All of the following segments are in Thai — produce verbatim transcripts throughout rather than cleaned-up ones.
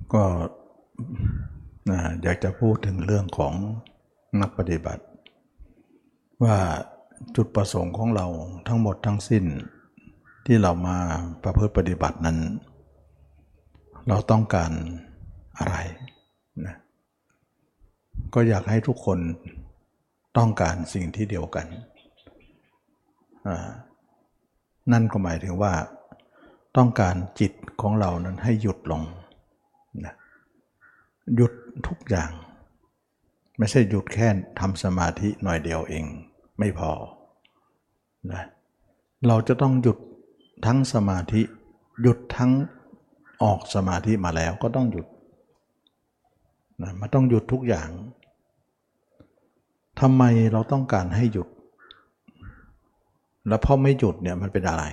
ก็อยากจะพูดถึงเรื่องของนักปฏิบัติว่าจุดประสงค์ของเราทั้งหมดทั้งสิ้นที่เรามาประพฤติปฏิบัตินั้นเราต้องการอะไรนะก็อยากให้ทุกคนต้องการสิ่งที่เดียวกันนั่นก็หมายถึงว่าต้องการจิตของเรานั้นให้หยุดลงนะหยุดทุกอย่างไม่ใช่หยุดแค่ทำสมาธิหน่อยเดียวเองไม่พอนะเราจะต้องหยุดทั้งสมาธิหยุดทั้งออกสมาธิมาแล้วก็ต้องหยุดนะมันต้องหยุดทุกอย่างทำไมเราต้องการให้หยุดแล้วพอไม่หยุดเนี่ยมันเป็นอะไร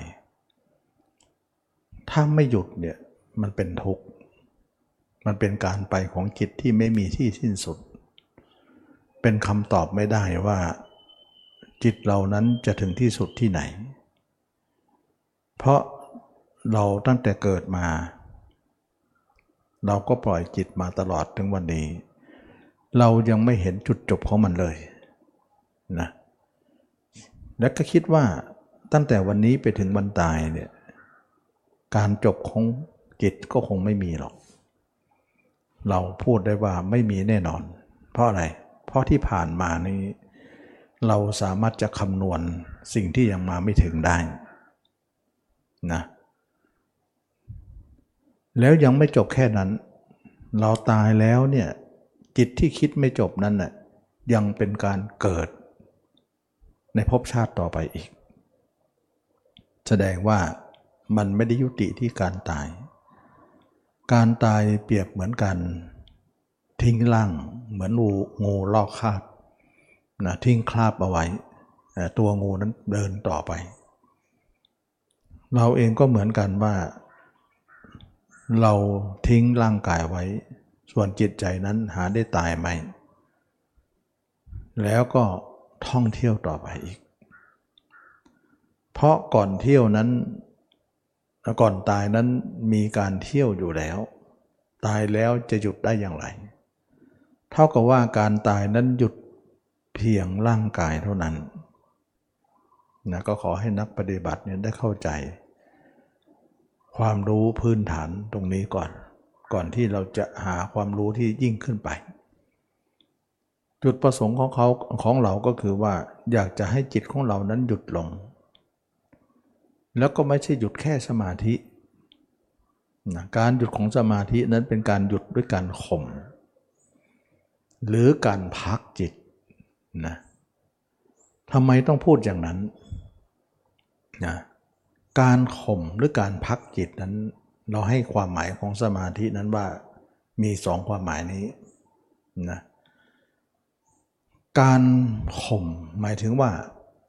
ถ้าไม่หยุดเนี่ยมันเป็นทุกข์มันเป็นการไปของจิตที่ไม่มีที่สิ้นสุดเป็นคำตอบไม่ได้ว่าจิตเรานั้นจะถึงที่สุดที่ไหนเพราะเราตั้งแต่เกิดมาเราก็ปล่อยจิตมาตลอดถึงวันนี้เรายังไม่เห็นจุดจบของมันเลยนะและก็คิดว่าตั้งแต่วันนี้ไปถึงวันตายเนี่ยการจบของจิตก็คงไม่มีหรอกเราพูดได้ว่าไม่มีแน่นอนเพราะอะไรเพราะที่ผ่านมานี้เราสามารถจะคำนวณสิ่งที่ยังมาไม่ถึงได้นะแล้วยังไม่จบแค่นั้นเราตายแล้วเนี่ยจิตที่คิดไม่จบนั้นน่ะยังเป็นการเกิดในภพชาติต่อไปอีกแสดงว่ามันไม่ได้ยุติที่การตายการตายเปรียบเหมือนกันทิ้งร่างเหมือนงูงูลอกคราบนะทิ้งคราบเอาไว้ตัวงูนั้นเดินต่อไปเราเองก็เหมือนกันว่าเราทิ้งร่างกายไว้ส่วนจิตใจนั้นหาได้ตายไหมแล้วก็ท่องเที่ยวต่อไปอีกเพราะก่อนเที่ยวนั้นก่อนตายนั้นมีการเที่ยวอยู่แล้วตายแล้วจะหยุดได้อย่างไรเท่ากับว่าการตายนั้นหยุดเพียงร่างกายเท่านั้นนะก็ขอให้นักปฏิบัติเนี่ยได้เข้าใจความรู้พื้นฐานตรงนี้ก่อนก่อนที่เราจะหาความรู้ที่ยิ่งขึ้นไปจุดประสงค์ของเขาของเราก็คือว่าอยากจะให้จิตของเรานั้นหยุดลงแล้วก็ไม่ใช่หยุดแค่สมาธินะการหยุดของสมาธินั้นเป็นการหยุดด้วยการข่มหรือการพักจิตนะทำไมต้องพูดอย่างนั้นนะการข่มหรือการพักจิตนั้นเราให้ความหมายของสมาธินั้นว่ามีสองความหมายนี้นะการข่มหมายถึงว่า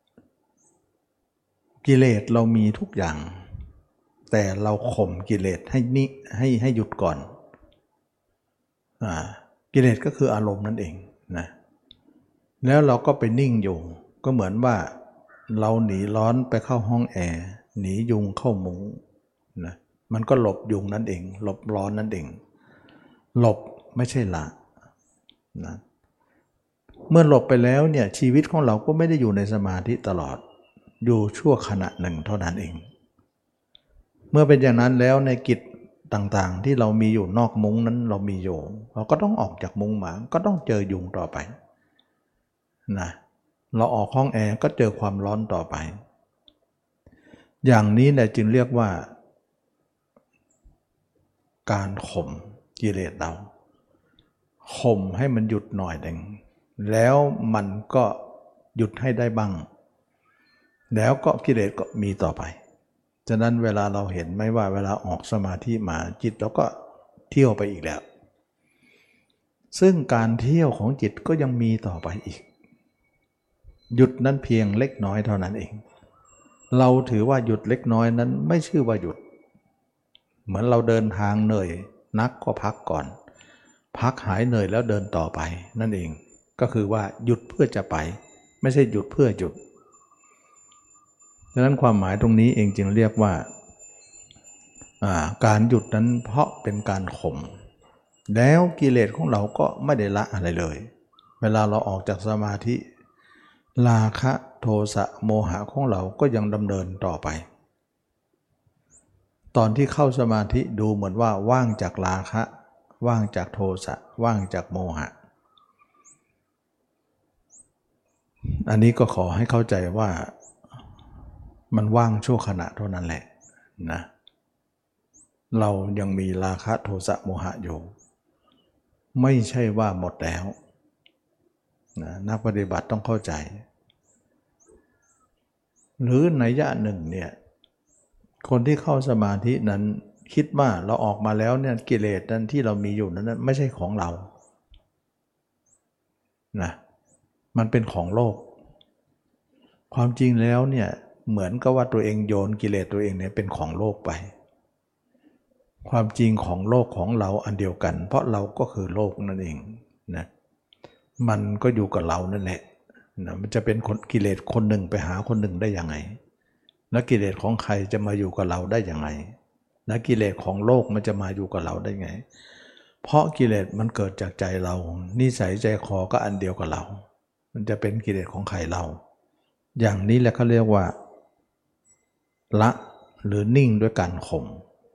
กิเลสเรามีทุกอย่างแต่เราข่มกิเลสให้นิให้ให้หยุดก่อนอ่ากิเลสก็คืออารมณ์นั่นเองนะแล้วเราก็ไปนิ่งอยู่ก็เหมือนว่าเราหนีร้อนไปเข้าห้องแอร์หนียุงเข้ามุ้งนะมันก็หลบยุงนั่นเองหลบร้อนนั่นเองหลบไม่ใช่ละนะเมื่อหลบไปแล้วเนี่ยชีวิตของเราก็ไม่ได้อยู่ในสมาธิตลอดอยู่ชั่วขณะหนึ่งเท่านั้นเองเมื่อเป็นอย่างนั้นแล้วในกิจต่างๆที่เรามีอยู่นอกมุ้งนั้นเรามีอยู่เราก็ต้องออกจากมุ้งมาก็ต้องเจอยุงต่อไปนะเราออกห้องแอร์ก็เจอความร้อนต่อไปอย่างนี้แหละจึงเรียกว่าการข่มกิเลสเราข่มให้มันหยุดหน่อยหนึ่งแล้วมันก็หยุดให้ได้บ้างแล้วก็กิเลสก็มีต่อไปฉะนั้นเวลาเราเห็นไหมว่าเวลาออกสมาธิมาจิตเราก็เที่ยวไปอีกแล้วซึ่งการเที่ยวของจิตก็ยังมีต่อไปอีกหยุดนั้นเพียงเล็กน้อยเท่านั้นเองเราถือว่าหยุดเล็กน้อยนั้นไม่ชื่อว่าหยุดเหมือนเราเดินทางเหนื่อยนักก็พักก่อนพักหายเหนื่อยแล้วเดินต่อไปนั่นเองก็คือว่าหยุดเพื่อจะไปไม่ใช่หยุดเพื่อหยุดฉะนั้นความหมายตรงนี้เองจึงเรียกว่าการหยุดนั้นเพราะเป็นการข่มแล้วกิเลสของเราก็ไม่ได้ละอะไรเลยเวลาเราออกจากสมาธิราคะโทสะโมหะของเราก็ยังดำเนินต่อไปตอนที่เข้าสมาธิดูเหมือนว่าว่างจากราคะว่างจากโทสะว่างจากโมหะอันนี้ก็ขอให้เข้าใจว่ามันว่างชั่วขณะเท่านั้นแหละนะเรายังมีราคะโทสะโมหะอยู่ไม่ใช่ว่าหมดแล้วนะนักปฏิบัติต้องเข้าใจหรือในยะหนึ่งเนี่ยคนที่เข้าสมาธินั้นคิดว่าเราออกมาแล้วเนี่ยกิเลสนั้นที่เรามีอยู่นั้นไม่ใช่ของเรานะมันเป็นของโลกความจริงแล้วเนี่ยเหมือนกับว่าตัวเองโยนกิเลสตัวเองเนี่ยเป็นของโลกไปความจริงของโลกของเราอันเดียวกันเพราะเราก็คือโลกนั่นเองนะมันก็อยู่กับเรานั่นแหละนะมันจะเป็นคนกิเลสคนหนึ่งไปหาคนหนึ่งได้ยังไงแล้วกิเลสของใครจะมาอยู่กับเราได้ยังไงแล้วกิเลสของโลกมันจะมาอยู่กับเราได้ไงเพราะกิเลสมันเกิดจากใจเรานิสัยใจคอก็อันเดียวกับเรามันจะเป็นกิเลสของใครเราอย่างนี้แหละเขาเรียกว่าละหรือนิ่งด้วยการข่ม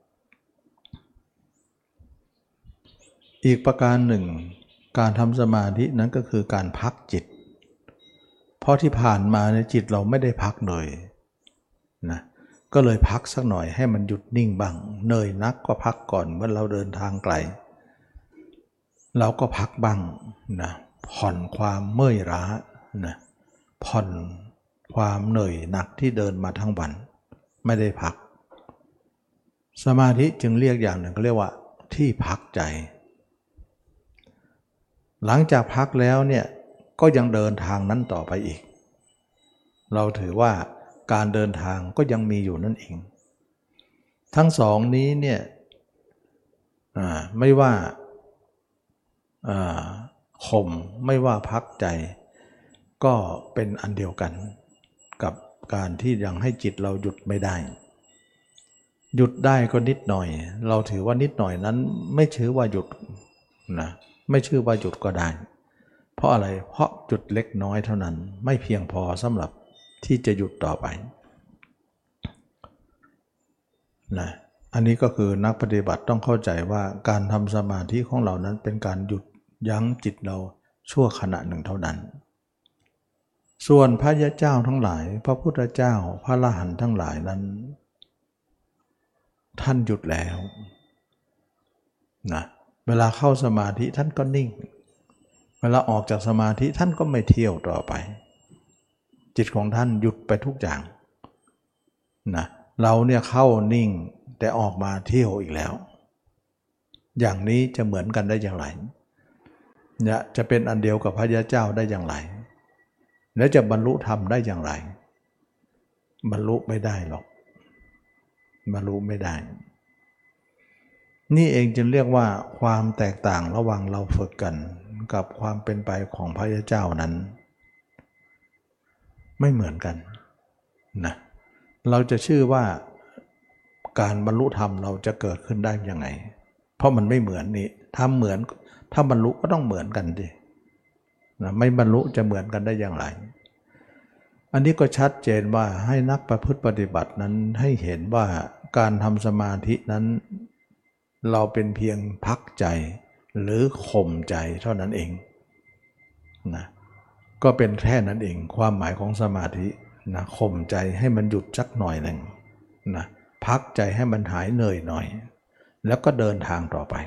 อีกประการหนึ่งการทำสมาธินั้นก็คือการพักจิตเพราะที่ผ่านมาในจิตเราไม่ได้พักเลยนะก็เลยพักสักหน่อยให้มันหยุดนิ่งบ้างเหนื่อยนักก็พักก่อนเมื่อเราเดินทางไกลเราก็พักบ้างนะผ่อนความเมื่อยล้านะผ่อนความเหนื่อยหนักที่เดินมาทั้งวันไม่ได้พักสมาธิจึงเรียกอย่างหนึ่งเขาเรียกว่าที่พักใจหลังจากพักแล้วเนี่ยก็ยังเดินทางนั้นต่อไปอีกเราถือว่าการเดินทางก็ยังมีอยู่นั่นเองทั้งสองนี้เนี่ยไม่ว่าข่มไม่ว่าพักใจก็เป็นอันเดียวกันกับการที่ยังให้จิตเราหยุดไม่ได้หยุดได้ก็นิดหน่อยเราถือว่านิดหน่อยนั้นไม่ชื่อว่าหยุดนะไม่ชื่อว่าหยุดก็ได้เพราะอะไรเพราะจุดเล็กน้อยเท่านั้นไม่เพียงพอสำหรับที่จะหยุดต่อไปนะอันนี้ก็คือนักปฏิบัติต้องเข้าใจว่าการทำสมาธิของเรานั้นเป็นการหยุดยั้งจิตเราชั่วขณะหนึ่งเท่านั้นส่วนพระยาเจ้าทั้งหลายพระพุทธเจ้าพระอรหันต์ทั้งหลายนั้นท่านหยุดแล้วนะเวลาเข้าสมาธิท่านก็นิ่งเวลาออกจากสมาธิท่านก็ไม่เที่ยวต่อไปจิตของท่านหยุดไปทุกอย่างนะเราเนี่ยเข้านิ่งแต่ออกมาเที่ยวอีกแล้วอย่างนี้จะเหมือนกันได้อย่างไรเนี่ยจะเป็นอันเดียวกับพระยาเจ้าได้อย่างไรและจะบรรลุธรรมได้อย่างไรบรรลุไม่ได้หรอกบรรลุไม่ได้นี่เองจึงเรียกว่าความแตกต่างระหว่างเราฝึกกันกับความเป็นไปของพระยาเจ้านั้นไม่เหมือนกันนะเราจะชื่อว่าการบรรลุธรรมเราจะเกิดขึ้นได้ยังไงเพราะมันไม่เหมือนนี่ถ้าเหมือนถ้าบรรลุก็ต้องเหมือนกันดินะไม่บรรลุจะเหมือนกันได้อย่างไรอันนี้ก็ชัดเจนว่าให้นักประพฤติปฏิบัตินั้นให้เห็นว่าการทำสมาธินั้นเราเป็นเพียงพักใจหรือข่มใจเท่านั้นเองนะก็เป็นแค่นั้นเองความหมายของสมาธินะข่มใจให้มันหยุดสักหน่อยหนึ่งนะพักใจให้มันหายเหนื่อยหน่อยแล้วก็เดินทางต่อไป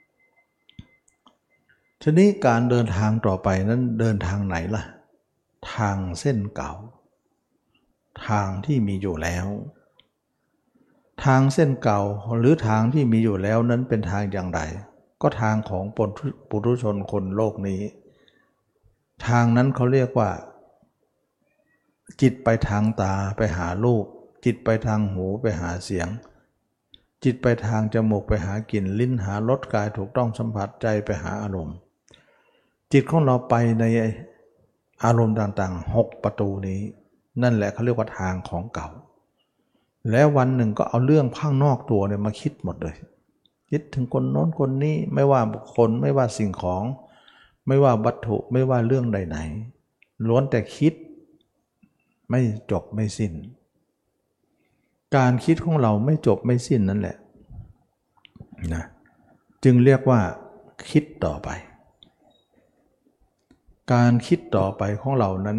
ทีนี้การเดินทางต่อไปนั้นเดินทางไหนล่ะทางเส้นเก่าทางที่มีอยู่แล้วทางเส้นเก่าหรือทางที่มีอยู่แล้วนั้นเป็นทางอย่างไรก็ทางของปุถุชนคนโลกนี้ทางนั้นเขาเรียกว่าจิตไปทางตาไปหารูปจิตไปทางหูไปหาเสียงจิตไปทางจมูกไปหากลิ่นลิ้นหารสกายถูกต้องสัมผัสใจไปหาอารมณ์จิตของเราไปในอารมณ์ต่างๆหกประตูนี้นั่นแหละเขาเรียกว่าทางของเก่าแล้ววันหนึ่งก็เอาเรื่องข้างนอกตัวเนี่ยมาคิดหมดเลยคิดถึงคนโน้นคนนี้ไม่ว่าบุคคลไม่ว่าสิ่งของไม่ว่าวัตถุไม่ว่าเรื่องใดๆล้วนแต่คิดไม่จบไม่สิ้นการคิดของเราไม่จบไม่สิ้นนั่นแหละนะจึงเรียกว่าคิดต่อไปการคิดต่อไปของเรานั้น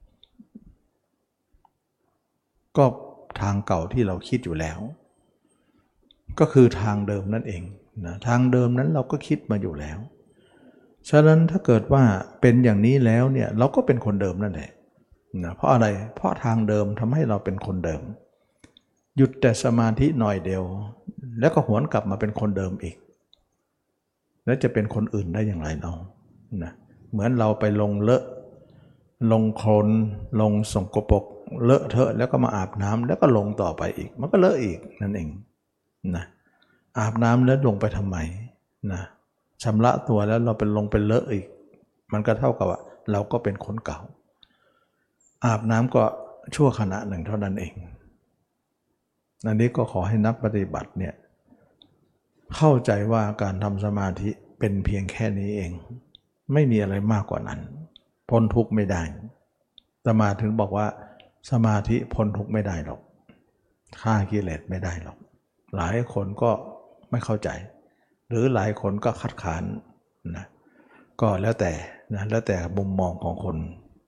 ก็ทางเก่าที่เราคิดอยู่แล้วก็คือทางเดิมนั่นเองนะทางเดิมนั้นเราก็คิดมาอยู่แล้วฉะนั้นถ้าเกิดว่าเป็นอย่างนี้แล้วเนี่ยเราก็เป็นคนเดิมนั่นแหละนะเพราะอะไรเพราะทางเดิมทำให้เราเป็นคนเดิมหยุดแต่สมาธิหน่อยเดียวแล้วก็หวนกลับมาเป็นคนเดิมอีกแล้วจะเป็นคนอื่นได้อย่างไรเรานะเหมือนเราไปลงเลอะลงโคลนลงสกปรกเลอะเทอะแล้วก็มาอาบน้ำแล้วก็ลงต่อไปอีกมันก็เลอะอีกนั่นเองนะอาบน้ำแล้วลงไปทำไมนะชำระตัวแล้วเราเป็นลงเป็นเลอะอีกมันก็เท่ากับว่าเราก็เป็นคนเก่าอาบน้ำก็ชั่วขณะหนึ่งเท่านั้นเองอันนี้ก็ขอให้นักปฏิบัติเนี่ยเข้าใจว่าการทำสมาธิเป็นเพียงแค่นี้เองไม่มีอะไรมากกว่านั้นพ้นทุกข์ไม่ได้สมาถึงบอกว่าสมาธิพ้นทุกข์ไม่ได้หรอกฆ่ากิเลสไม่ได้หรอกหลายคนก็ไม่เข้าใจหรือหลายคนก็คัดค้านนะก็แล้วแต่นะแล้วแต่มุมมองของคน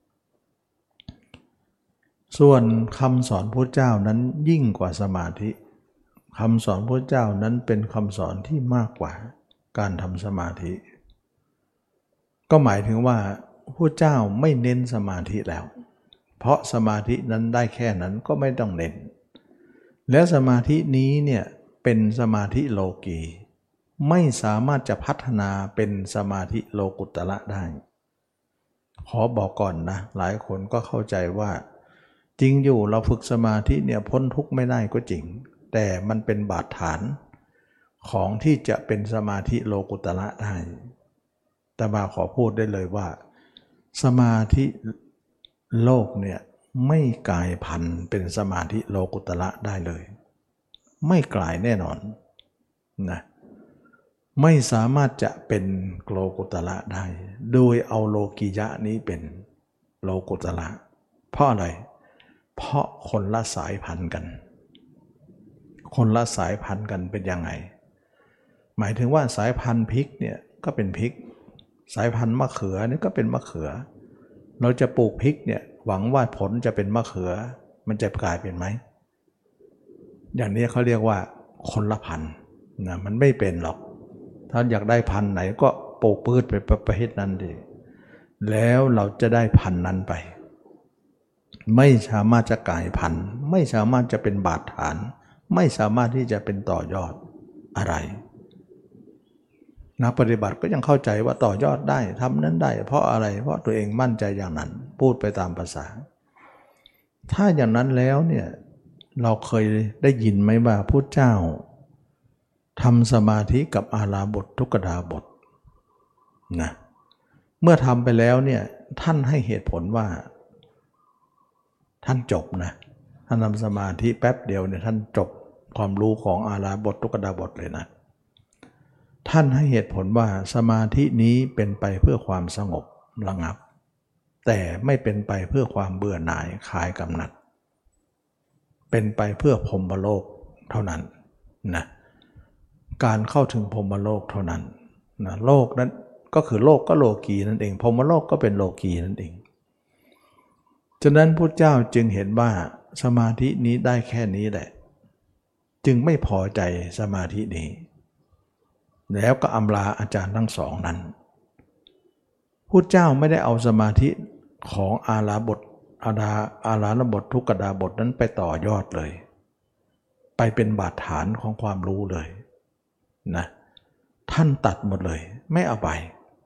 ส่วนคำสอนพระเจ้านั้นยิ่งกว่าสมาธิคำสอนพระเจ้านั้นเป็นคำสอนที่มากกว่าการทำสมาธิก็หมายถึงว่าพระเจ้าไม่เน้นสมาธิแล้วเพราะสมาธินั้นได้แค่นั้นก็ไม่ต้องเน้นและสมาธินี้เนี่ยเป็นสมาธิโลกีไม่สามารถจะพัฒนาเป็นสมาธิโลกุตระได้ขอบอกก่อนนะหลายคนก็เข้าใจว่าจริงอยู่เราฝึกสมาธิเนี่ยพ้นทุกข์ไม่ได้ก็จริงแต่มันเป็นบาดฐานของที่จะเป็นสมาธิโลกุตระได้แต่มาขอพูดได้เลยว่าสมาธิโลกเนี่ยไม่กลายพันธุ์เป็นสมาธิโลกุตระได้เลยไม่กลายแน่นอนนะไม่สามารถจะเป็นโลกุตระได้โดยเอาโลกิยะนี้เป็นโลกุตระเพราะอะไรเพราะคนละสายพันธุ์กันคนละสายพันธุ์กันเป็นยังไงหมายถึงว่าสายพันธุ์พริกเนี่ยก็เป็นพริกสายพันธุ์มะเขือนี่ก็เป็นมะเขือเราจะปลูกพริกเนี่ยหวังว่าผลจะเป็นมะเขือมันจะกลายเป็นไหมอย่างนี้เขาเรียกว่าคนละพันธุ์นะมันไม่เป็นหรอกถ้าอยากได้พันธุ์ไหนก็ปลูกพืชไปประเภทนั้นดิแล้วเราจะได้พันธุ์นั้นไปไม่สามารถจะกลายพันธุ์ไม่สามารถจะเป็นบาดฐานไม่สามารถที่จะเป็นต่อยอดอะไรนักปฏิบัติก็ยังเข้าใจว่าต่อยอดได้ทำนั้นได้เพราะอะไรเพราะตัวเองมั่นใจอย่างนั้นพูดไปตามภาษาถ้าอย่างนั้นแล้วเนี่ยเราเคยได้ยินไหมว่าพุทธเจ้าทำสมาธิกับอาราบททุกดาบทนะเมื่อทำไปแล้วเนี่ยท่านให้เหตุผลว่าท่านจบนะท่านทำสมาธิแป๊บเดียวเนี่ยท่านจบความรู้ของอาราบททุกดาบทเลยนะท่านให้เหตุผลว่าสมาธินี้เป็นไปเพื่อความสงบระงับแต่ไม่เป็นไปเพื่อความเบื่อหน่ายคลายกำหนัดเป็นไปเพื่อพรหมโลกเท่านั้นนะการเข้าถึงพรหมโลกเท่านั้นนะโลกนั้นก็คือโลกก็โลกีนั่นเองพรหมโลกก็เป็นโลกีนั่นเองฉะนั้นพุทธเจ้าจึงเห็นว่าสมาธินี้ได้แค่นี้แหละจึงไม่พอใจสมาธินี้แล้วก็อำลาอาจารย์ทั้งสองนั้นพุทธเจ้าไม่ได้เอาสมาธิของอาราบทอาราอาราบททุกดาบทนั้นไปต่อยอดเลยไปเป็นบาดฐานของความรู้เลยนะท่านตัดหมดเลยไม่เอาไป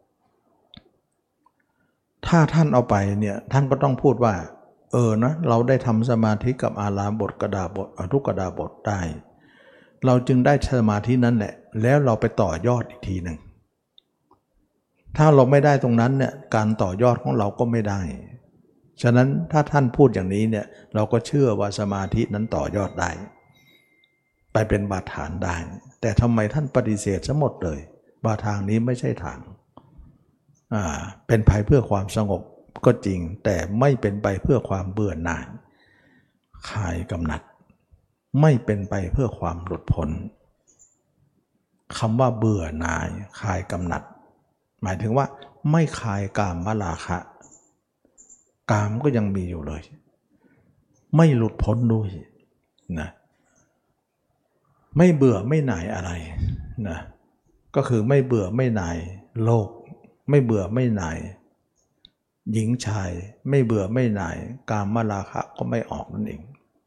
ถ้าท่านเอาไปเนี่ยท่านก็ต้องพูดว่าเออนะเราได้ทำสมาธิกับอาราบทกดาบททุกดาบทได้เราจึงได้สมาธินั้นแหละแล้วเราไปต่อยอดอีกทีหนึ่งถ้าเราไม่ได้ตรงนั้นเนี่ยการต่อยอดของเราก็ไม่ได้ฉะนั้นถ้าท่านพูดอย่างนี้เนี่ยเราก็เชื่อว่าสมาธินั้นต่อยอดได้ไปเป็นบาดฐานได้แต่ทำไมท่านปฏิเสธซะหมดเลยว่าทางนี้ไม่ใช่ทางอ่าเป็นไปเพื่อความสงบก็จริงแต่ไม่เป็นไปเพื่อความเบื่อหน่ายคลายกำหนัดไม่เป็นไปเพื่อความหลุดพ้นคำว่าเบื่อหน่ายคลายกำหนัดหมายถึงว่าไม่คลายกามวราคะกามก็ยังมีอยู่เลยไม่หลุดพ้นด้วยนะไม่เบื่อไม่หน่ายอะไรนะก็คือไม่เบื่อไม่หน่ายโลกไม่เบื่อไม่หน่ายหญิงชายไม่เบื่อไม่หน่ายกามราคะก็ไม่ออกนั่นเอง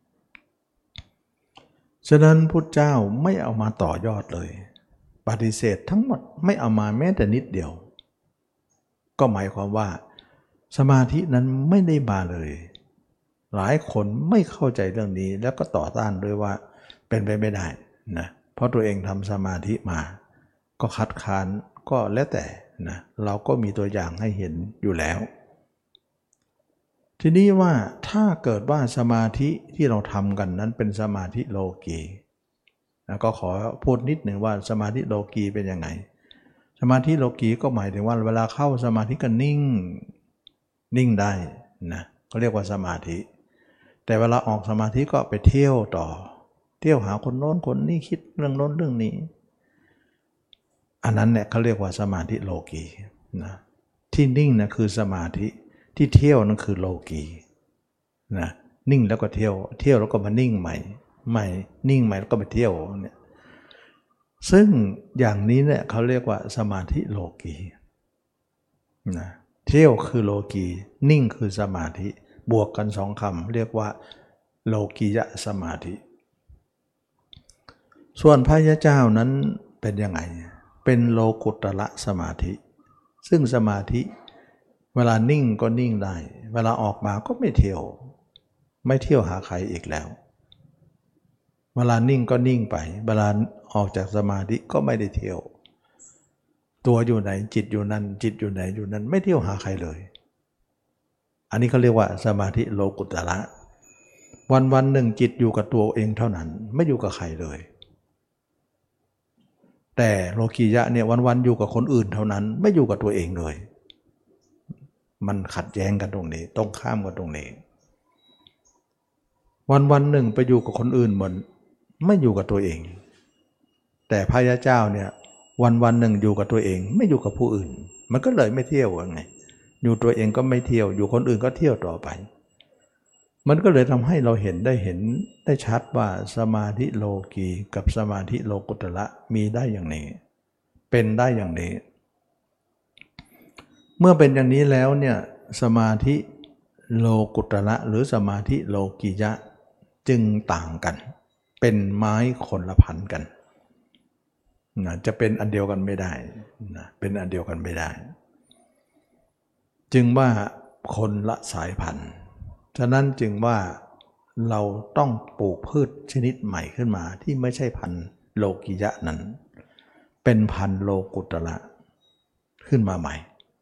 ฉะนั้นพุทธเจ้าไม่เอามาต่อยอดเลยปฏิเสธทั้งหมดไม่เอามาแม้แต่นิดเดียวก็หมายความว่าสมาธินั้นไม่ได้มาเลยหลายคนไม่เข้าใจเรื่องนี้แล้วก็ต่อต้านด้วยว่าเป็นไปไม่ได้นะเพราะตัวเองทำสมาธิมาก็คัดค้านก็แล้วแต่นะเราก็มีตัวอย่างให้เห็นอยู่แล้วทีนี้ว่าถ้าเกิดว่าสมาธิที่เราทำกันนั้นเป็นสมาธิโลกีนะก็ขอพูดนิดหนึ่งว่าสมาธิโลกีเป็นยังไงสมาธิโลกีก็หมายถึงว่าเวลาเข้าสมาธิก็นิ่งนิ่งได้นะเขาเรียกว่าสมาธิแต่เวลาออกสมาธิก็ไปเที่ยวต่อเที่ยวหาคนโน้นคนนี้คิดเรื่องโน้นเรื่องนี้อันนั้นเนี่ยเขาเรียกว่าสมาธิโลกีนะที่นิ่งนะคือสมาธิที่เที่ยวนั่นคือโลกีนะนิ่งแล้วก็เที่ยวเที่ยวแล้วก็มานิ่งใหม่ใหม่นิ่งใหม่แล้วก็ไปเที่ยวเนี่ยซึ่งอย่างนี้เนี่ยเขาเรียกว่าสมาธิโลกีนะเที่ยวคือโลกีนิ่งคือสมาธิบวกกันสองคำเรียกว่าโลกียะสมาธิส่วนพระยาเจ้านั้นเป็นยังไงเป็นโลกุตระสมาธิซึ่งสมาธิเวลานิ่งก็นิ่งได้เวลาออกมาก็ไม่เที่ยวไม่เที่ยวหาใครอีกแล้วเวลานิ่งก็นิ่งไปเวลาออกจากสมาธิก็ไม่ได้เที่ยวตัวอยู่ไหนจิตอยู่นั่นจิตอยู่ไหนอยู่นั่นไม่เที่ยวหาใครเลยอันนี้เขาเรียกว่าสมาธิโลกุตระวันวันหนึ่งจิตอยู่กับตัวเองเท่านั้นไม่อยู่กับใครเลยแต่โลกียะเนี่ยวันวันอยู่กับคนอื่นเท่านั้นไม่อยู่กับตัวเองเลยมันขัดแย้งกันตรงนี้ตรงข้ามกันตรงนี้วันวันหนึ่งไปอยู่กับคนอื่นเหมือนไม่อยู่กับตัวเองแต่พระยาเจ้าเนี่ยวันวันหนึ่งอยู่กับตัวเองไม่อยู่กับผู้อื่นมันก็เลยไม่เที่ยวยังไงอยู่ตัวเองก็ไม่เที่ยวอยู่คนอื่นก็เที่ยวต่อไปมันก็เลยทำให้เราเห็นได้เห็นได้ชัดว่าสมาธิโลกีกับสมาธิโลกุตระมีได้อย่างนี้เป็นได้อย่างนี้เมื่อเป็นอย่างนี้แล้วเนี่ยสมาธิโลกุตระหรือสมาธิโลกียะจึงต่างกันเป็นไม้คนละพันกันนะจะเป็นอันเดียวกันไม่ได้นะเป็นอันเดียวกันไม่ได้จึงว่าคนละสายพันธุ์ฉะนั้นจึงว่าเราต้องปลูกพืชชนิดใหม่ขึ้นมาที่ไม่ใช่พันธุ์โลกิยะนั้นเป็นพันธุ์โลกุตระขึ้นมาใหม่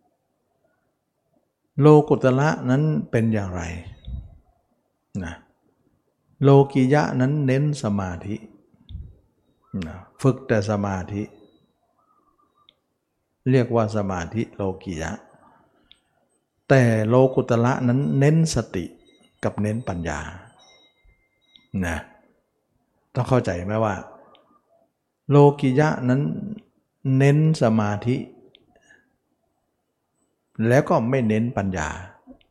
โลกุตระนั้นเป็นอย่างไรนะโลกิยะนั้นเน้นสมาธินะฝึกแต่สมาธิเรียกว่าสมาธิโลกิยะแต่โลกุตระนั้นเน้นสติกับเน้นปัญญานะต้องเข้าใจไหมว่าโลกิยะนั้นเน้นสมาธิแล้วก็ไม่เน้นปัญญา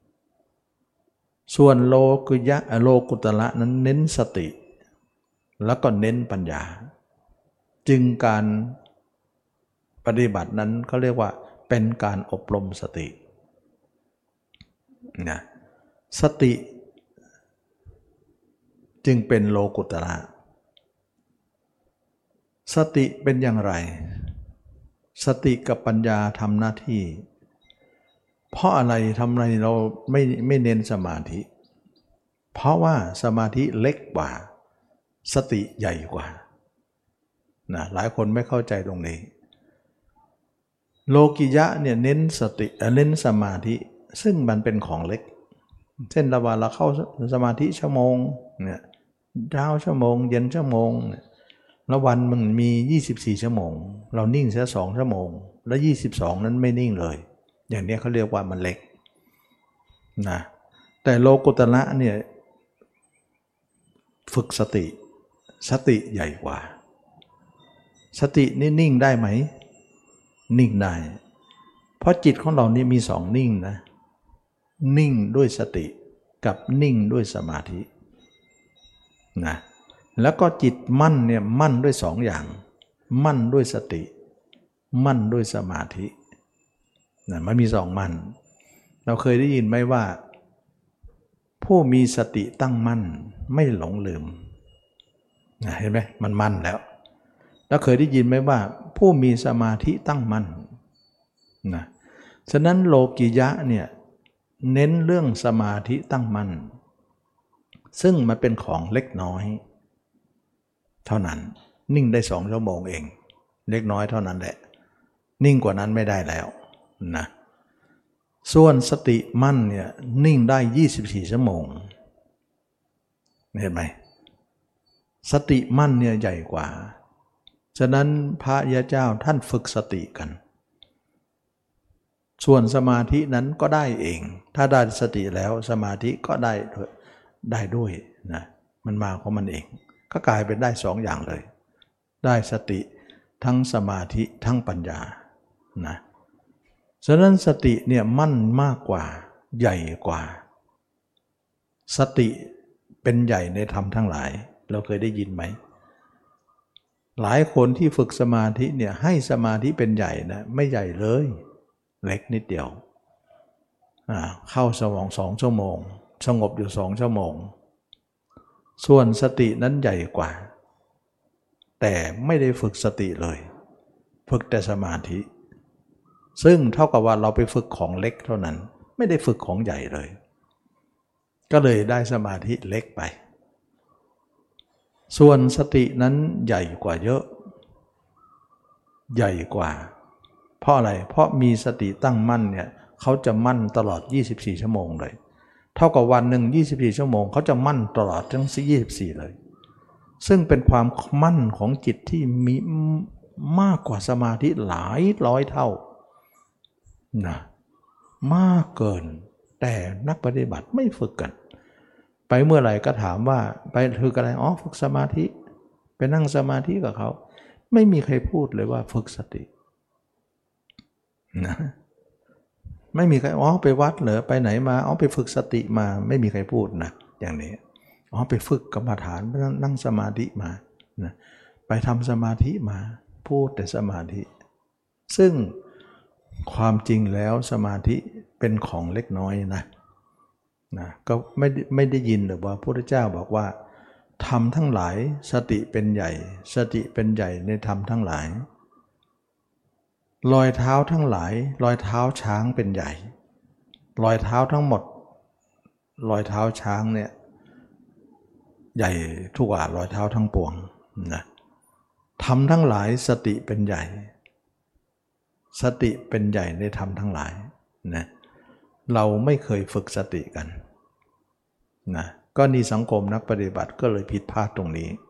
ส่วนโลกุยะโลกุตระนั้นเน้นสติแล้วก็เน้นปัญญาจึงการปฏิบัตินั้นเขาเรียกว่าเป็นการอบรมสตินะสติจึงเป็นโลกุตระสติเป็นอย่างไรสติกับปัญญาทำหน้าที่เพราะอะไรทำไมเราไม่ไม่เน้นสมาธิเพราะว่าสมาธิเล็กกว่าสติใหญ่กว่านะหลายคนไม่เข้าใจตรงนี้โลกิยะเนี่ยเน้นสติเน้นสมาธิซึ่งมันเป็นของเล็กเช่นเราว่าเราเข้าสมาธิชั่วโมงเนี่ยเช้าชั่วโมงเย็นชั่วโมงแล้ววันมันมียี่สิบสี่ชั่วโมงเรานิ่งแค่สองชั่วโมงแล้วยี่สิบสองนั้นไม่นิ่งเลยอย่างนี้เขาเรียกว่ามันเล็กนะแต่โลกุตระเนี่ยฝึกสติสติใหญ่กว่าสตินี่นิ่งได้ไหมนิ่งได้เพราะจิตของเรานี่มีสองนิ่งนะนิ่งด้วยสติกับนิ่งด้วยสมาธินะแล้วก็จิตมั่นเนี่ยมั่นด้วยสองอย่างมั่นด้วยสติมั่นด้วยสมาธินะมันมีสองมั่นเราเคยได้ยินไหมว่าผู้มีสติตั้งมั่นไม่หลงลืมนะเห็นไหมมันมั่นแล้วแล้วเคยได้ยินไหมว่าผู้มีสมาธิตั้งมั่นนะฉะนั้นโลกิยะเนี่ยเน้นเรื่องสมาธิตั้งมั่นซึ่งมันเป็นของเล็กน้อยเท่านั้นนิ่งได้สองชั่วโมงเองเล็กน้อยเท่านั้นแหละนิ่งกว่านั้นไม่ได้แล้วนะส่วนสติมั่นเนี่ยนิ่งได้ยี่สิบสี่ชั่วโมงเห็นไหมสติมั่นเนี่ยใหญ่กว่าฉะนั้นพระยาเจ้าท่านฝึกสติกันส่วนสมาธินั้นก็ได้เองถ้าได้สติแล้วสมาธิก็ได้ได้ด้วยนะมันมาของมันเองก็กลายเป็นได้สองอย่างเลยได้สติทั้งสมาธิทั้งปัญญานะฉะนั้นสติเนี่ยมั่นมากกว่าใหญ่กว่าสติเป็นใหญ่ในธรรมทั้งหลายเราเคยได้ยินไหมหลายคนที่ฝึกสมาธิเนี่ยให้สมาธิเป็นใหญ่นะไม่ใหญ่เลยเล็กนิดเดียวเข้าสมองสองชั่วโมงสงบอยู่สองชั่วโมงส่วนสตินั้นใหญ่กว่าแต่ไม่ได้ฝึกสติเลยฝึกแต่สมาธิซึ่งเท่ากับว่าเราไปฝึกของเล็กเท่านั้นไม่ได้ฝึกของใหญ่เลยก็เลยได้สมาธิเล็กไปส่วนสตินั้นใหญ่กว่าเยอะใหญ่กว่าเพราะอะไรเพราะมีสติตั้งมั่นเนี่ยเขาจะมั่นตลอดยี่สิบสี่ชั่วโมงเลยเท่ากับวันหนึ่งยี่สิบสี่ชั่วโมงเขาจะมั่นตลอดทั้งยี่สิบสี่เลยซึ่งเป็นความมั่นของจิตที่มีมากกว่าสมาธิหลายร้อยเท่านะมากเกินแต่นักปฏิบัติไม่ฝึกกันไปเมื่อไหร่ก็ถามว่าไปฝึกอะไรอ๋อฝึกสมาธิไปนั่งสมาธิกับเขาไม่มีใครพูดเลยว่าฝึกสตินะไม่มีใครอ๋อไปวัดเหรอไปไหนมาอ๋อไปฝึกสติมาไม่มีใครพูดนะอย่างนี้อ๋อไปฝึกกรรมฐานนั่งสมาธิมานะไปทำสมาธิมาพูดแต่สมาธิซึ่งความจริงแล้วสมาธิเป็นของเล็กน้อยนะนะก็ไม่ไม่ได้ยินหรือว่าพระพุทธเจ้าบอกว่าธรรมทั้งหลายสติเป็นใหญ่สติเป็นใหญ่ในธรรมทั้งหลายรอยเท้าทั้งหลายรอยเท้าช้างเป็นใหญ่รอยเท้าทั้งหมดรอยเท้าช้างเนี่ยใหญ่ทุกว่ารอยเท้าทั้งปวงนะธรรมทั้งหลายสติเป็นใหญ่สติเป็นใหญ่ในธรรมทั้งหลายนะเราไม่เคยฝึกสติกันนะก็นี่สังคมนักปฏิบัติก็เลยผิดพลาดตรงนี้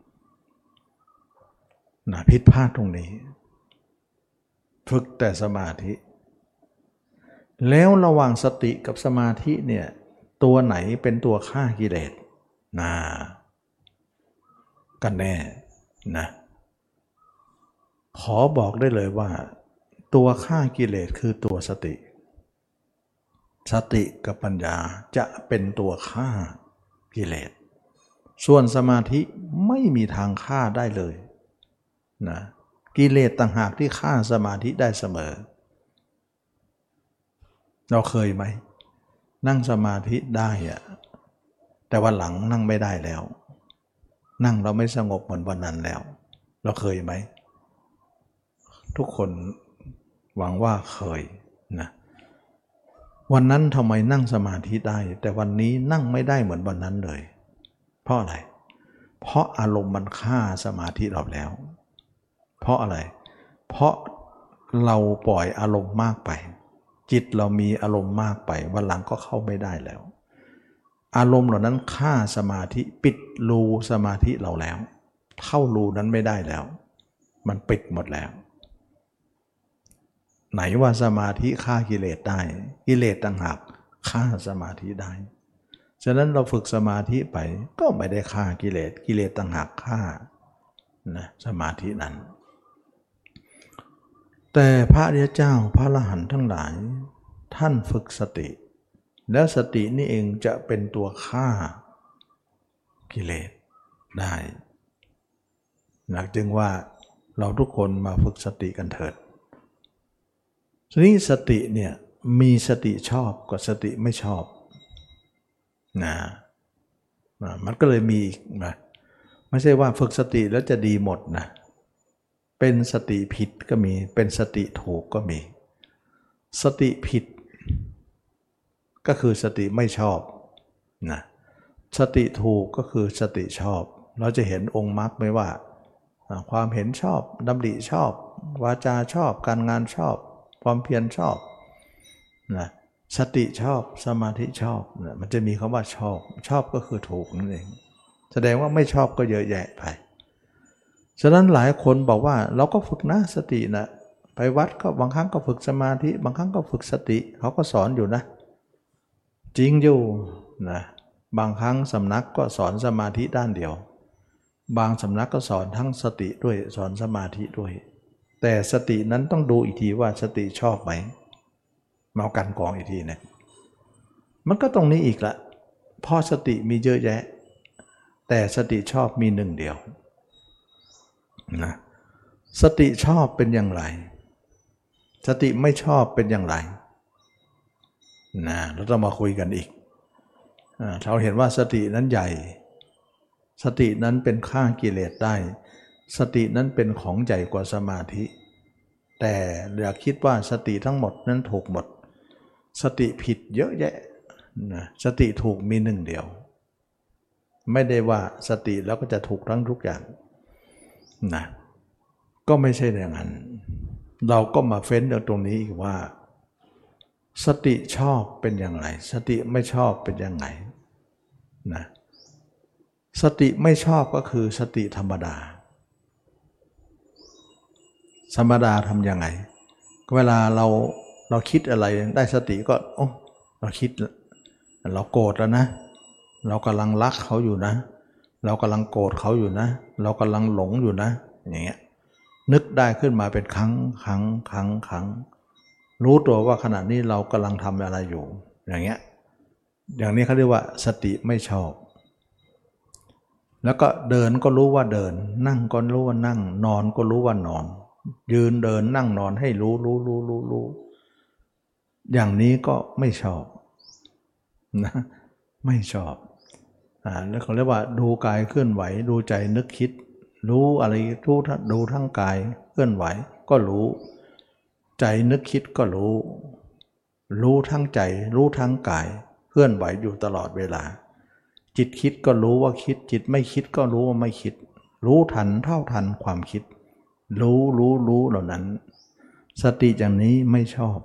นะผิดพลาดตรงนี้ฝึกแต่สมาธิแล้วระหว่างสติกับสมาธิเนี่ยตัวไหนเป็นตัวฆ่ากิเลสนะกันแน่นะขอบอกได้เลยว่าตัวฆ่ากิเลสคือตัวสติสติกับปัญญาจะเป็นตัวฆ่ากิเลสส่วนสมาธิไม่มีทางฆ่าได้เลยนะกิเลสต่างหากที่ฆ่าสมาธิได้เสมอเราเคยไหมนั่งสมาธิได้อะแต่วันหลังนั่งไม่ได้แล้วนั่งเราไม่สงบเหมือนวันนั้นแล้วเราเคยไหมทุกคนหวังว่าเคยนะวันนั้นทำไมนั่งสมาธิได้แต่วันนี้นั่งไม่ได้เหมือนวันนั้นเลยเพราะอะไรเพราะอารมณ์มันฆ่าสมาธิเราแล้วเพราะอะไรเพราะเราปล่อยอารมณ์มากไปจิตเรามีอารมณ์มากไปวันหลังก็เข้าไม่ได้แล้วอารมณ์เหล่านั้นฆ่าสมาธิปิดรูสมาธิเราแล้วเข้ารูนั้นไม่ได้แล้วมันปิดหมดแล้วไหนว่าสมาธิฆ่ากิเลสได้กิเลสต่างหากฆ่าสมาธิได้ฉะนั้นเราฝึกสมาธิไปก็ไม่ได้ฆ่ากิเลสกิเลสต่างหากฆ่านะสมาธินั้นแต่พระอริยเจ้าพระอรหันต์ทั้งหลายท่านฝึกสติแล้วสตินี่เองจะเป็นตัวฆ่ากิเลสได้นะจึงว่าเราทุกคนมาฝึกสติกันเถิดทีนี้สติเนี่ยมีสติชอบกับสติไม่ชอบนะนะมันก็เลยมีนะไม่ใช่ว่าฝึกสติแล้วจะดีหมดนะเป็นสติผิดก็มีเป็นสติถูกก็มีสติผิดก็คือสติไม่ชอบนะสติถูกก็คือสติชอบเราจะเห็นองค์มรรคไหมว่าความเห็นชอบดำริชอบวาจาชอบการงานชอบความเพียรชอบนะสติชอบสมาธิชอบนะมันจะมีคำว่าชอบชอบก็คือถูกนั่นเองแสดงว่าไม่ชอบก็เยอะแยะไปฉะนั้นหลายคนบอกว่าเราก็ฝึกนะสตินะไปวัดก็บางครั้งก็ฝึกสมาธิบางครั้งก็ฝึกสติเขาก็สอนอยู่นะจริงอยู่นะบางครั้งสำนักก็สอนสมาธิด้านเดียวบางสำนักก็สอนทั้งสติด้วยสอนสมาธิด้วยแต่สตินั้นต้องดูอีกทีว่าสติชอบไหมมาเอากันกองอีกทีนะมันก็ตรงนี้อีกละเพราะสติมีเยอะแยะแต่สติชอบมีหนึ่งเดียวนะสติชอบเป็นอย่างไรสติไม่ชอบเป็นอย่างไรนะเราต้องมาคุยกันอีกเราเห็นว่าสตินั้นใหญ่สตินั้นเป็นฆ่ากิเลสได้สตินั้นเป็นของใหญ่กว่าสมาธิแต่อย่าคิดว่าสติทั้งหมดนั้นถูกหมดสติผิดเยอะแยะนะสติถูกมีหนึ่งเดียวไม่ได้ว่าสติแล้วก็จะถูกทั้งทุกอย่างนะก็ไม่ใช่อย่างนั้นเราก็มาเฟ้นเรื่องตรงนี้อีกว่าสติชอบเป็นอย่างไรสติไม่ชอบเป็นยังไงนะสติไม่ชอบก็คือสติธรรมดาธรรมดาทำยังไงเวลาเราเราคิดอะไรได้สติก็โอ้เราคิดเราโกรธแล้วนะเรากำลังรักเขาอยู่นะเรากำลังโกรธเขาอยู่นะเรากำลังหลงอยู่นะอย่างเงี้ยนึกได้ขึ้นมาเป็นครั้งครั้งครั้งครั้งรู้ตัวว่าขณะนี้เรากำลังทำอะไรอยู่อย่างเงี้ยอย่างนี้เขาเรียกว่าสติไม่ชอบแล้วก็เดินก็รู้ว่าเดินนั่งก็รู้ว่านั่งนอนก็รู้ว่านอนยืนเดินนั่งนอนให้รู้รู้รู้รู้รู้อย่างนี้ก็ไม่ชอบนะไม่ชอบอ่าแล้วเขาเรียกว่าดูกายเคลื่อนไหวดูใจนึกคิดรู้อะไรรู้ดูทั้งกายเคลื่อนไหวก็รู้ใจนึกคิดก็รู้รู้ทั้งใจรู้ทั้งกายเคลื่อนไหวอยู่ตลอดเวลาจิตคิดก็รู้ว่าคิดจิตไม่คิดก็รู้ว่าไม่คิดรู้ทันเท่าทันความคิดรู้รู้รู้เหล่านั้นสติอย่างนี้ไม่ชอบ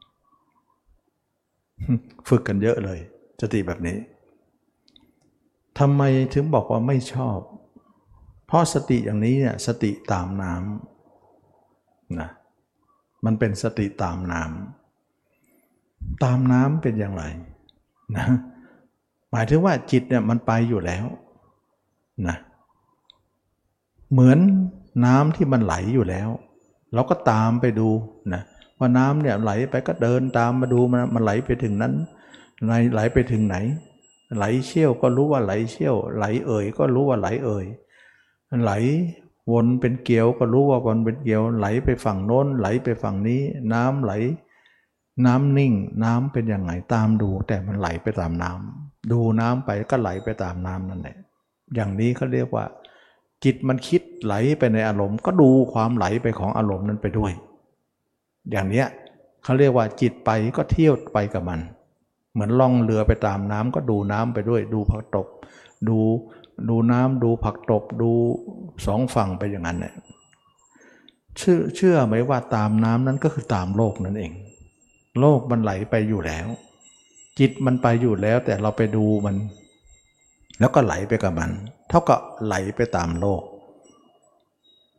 ฝึกกันเยอะเลยสติแบบนี้ทำไมถึงบอกว่าไม่ชอบเพราะสติอย่างนี้เนี่ยสติตามน้ำนะมันเป็นสติตามน้ำตามน้ำเป็นอย่างไรนะหมายถึงว่าจิตเนี่ยมันไปอยู่แล้วนะเหมือนน้ำที่มันไหลอยู่แล้วเราก็ตามไปดูนะว่าน้ำเนี่ยไหลไปก็เดินตามมาดูมันมันไหลไปถึงนั้นไหลไปถึงไหนไหลเชี่ยวก็รู้ว่าไหลเชี่ยวไหลเอ่ยก็รู้ว่าไหลเอ่ยไหลวนเป็นเกลียวก็รู้ว่าวนเป็นเกลียวไหลไปฝั่งโน้นไหลไปฝั่งนี้น้ำไหลน้ำนิ่งน้ำเป็นยังไงตามดูแต่มันไหลไปตามน้ำดูน้ำไปก็ไหลไปตามน้ำนั่นแหละอย่างนี้เขาเรียกว่าจิตมันคิดไหลไปในอารมณ์ก็ดูความไหลไปของอารมณ์นั้นไปด้วยอย่างเนี้ยเขาเรียกว่าจิตไปก็เที่ยวไปกับมันเหมือนล่องเรือไปตามน้ำก็ดูน้ำไปด้วยดูผักตบดูดูน้ำดูผักตบดูสองฝั่งไปอย่างนั้นเนี่ยเชื่อเชื่อไหมว่าตามน้ำนั้นก็คือตามโลกนั่นเองโลกมันไหลไปอยู่แล้วจิตมันไปอยู่แล้วแต่เราไปดูมันแล้วก็ไหลไปกับมันเท่ากับไหลไปตามโลก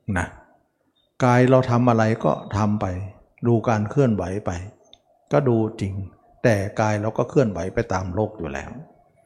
นะกายเราทำอะไรก็ทำไปดูการเคลื่อนไหวไปก็ดูจริงแต่กายเราก็เคลื่อนไหวไปตามโลกอยู่แล้ว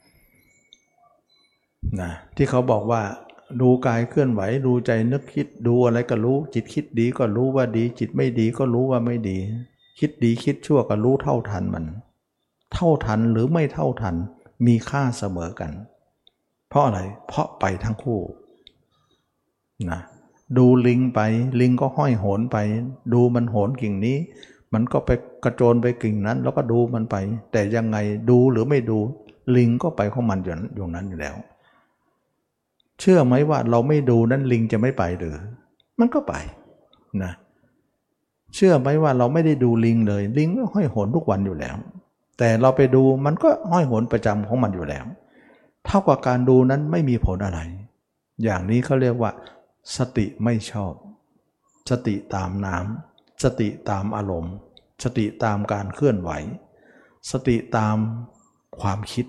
นะที่เขาบอกว่าดูกายเคลื่อนไหวดูใจนึกคิดดูอะไรก็รู้จิตคิดดีก็รู้ว่าดีจิตไม่ดีก็รู้ว่าไม่ดีคิดดีคิดชั่วก็รู้เท่าทันมันเท่าทันหรือไม่เท่าทันมีค่าเสมอกันเพราะอะไรเพราะไปทั้งคู่นะดูลิงไปลิงก็ห้อยโหนไปดูมันโหนกิ่งนี้มันก็ไปกระโจนไปกิ่งนั้นแล้วก็ดูมันไปแต่ยังไงดูหรือไม่ดูลิงก็ไปของมันอยู่นั้นอยู่แล้วเชื่อไหมว่าเราไม่ดูนั้นลิงจะไม่ไปหรือมันก็ไปนะเชื่อไหมว่าเราไม่ได้ดูลิงเลยลิงก็ห้อยโหนทุกวันอยู่แล้วแต่เราไปดูมันก็ห้อยโหนประจำของมันอยู่แล้วเท่ากับการดูนั้นไม่มีผลอะไรอย่างนี้เขาเรียกว่าสติไม่ชอบสติตามน้ำสติตามอารมณ์สติตามการเคลื่อนไหวสติตามความคิด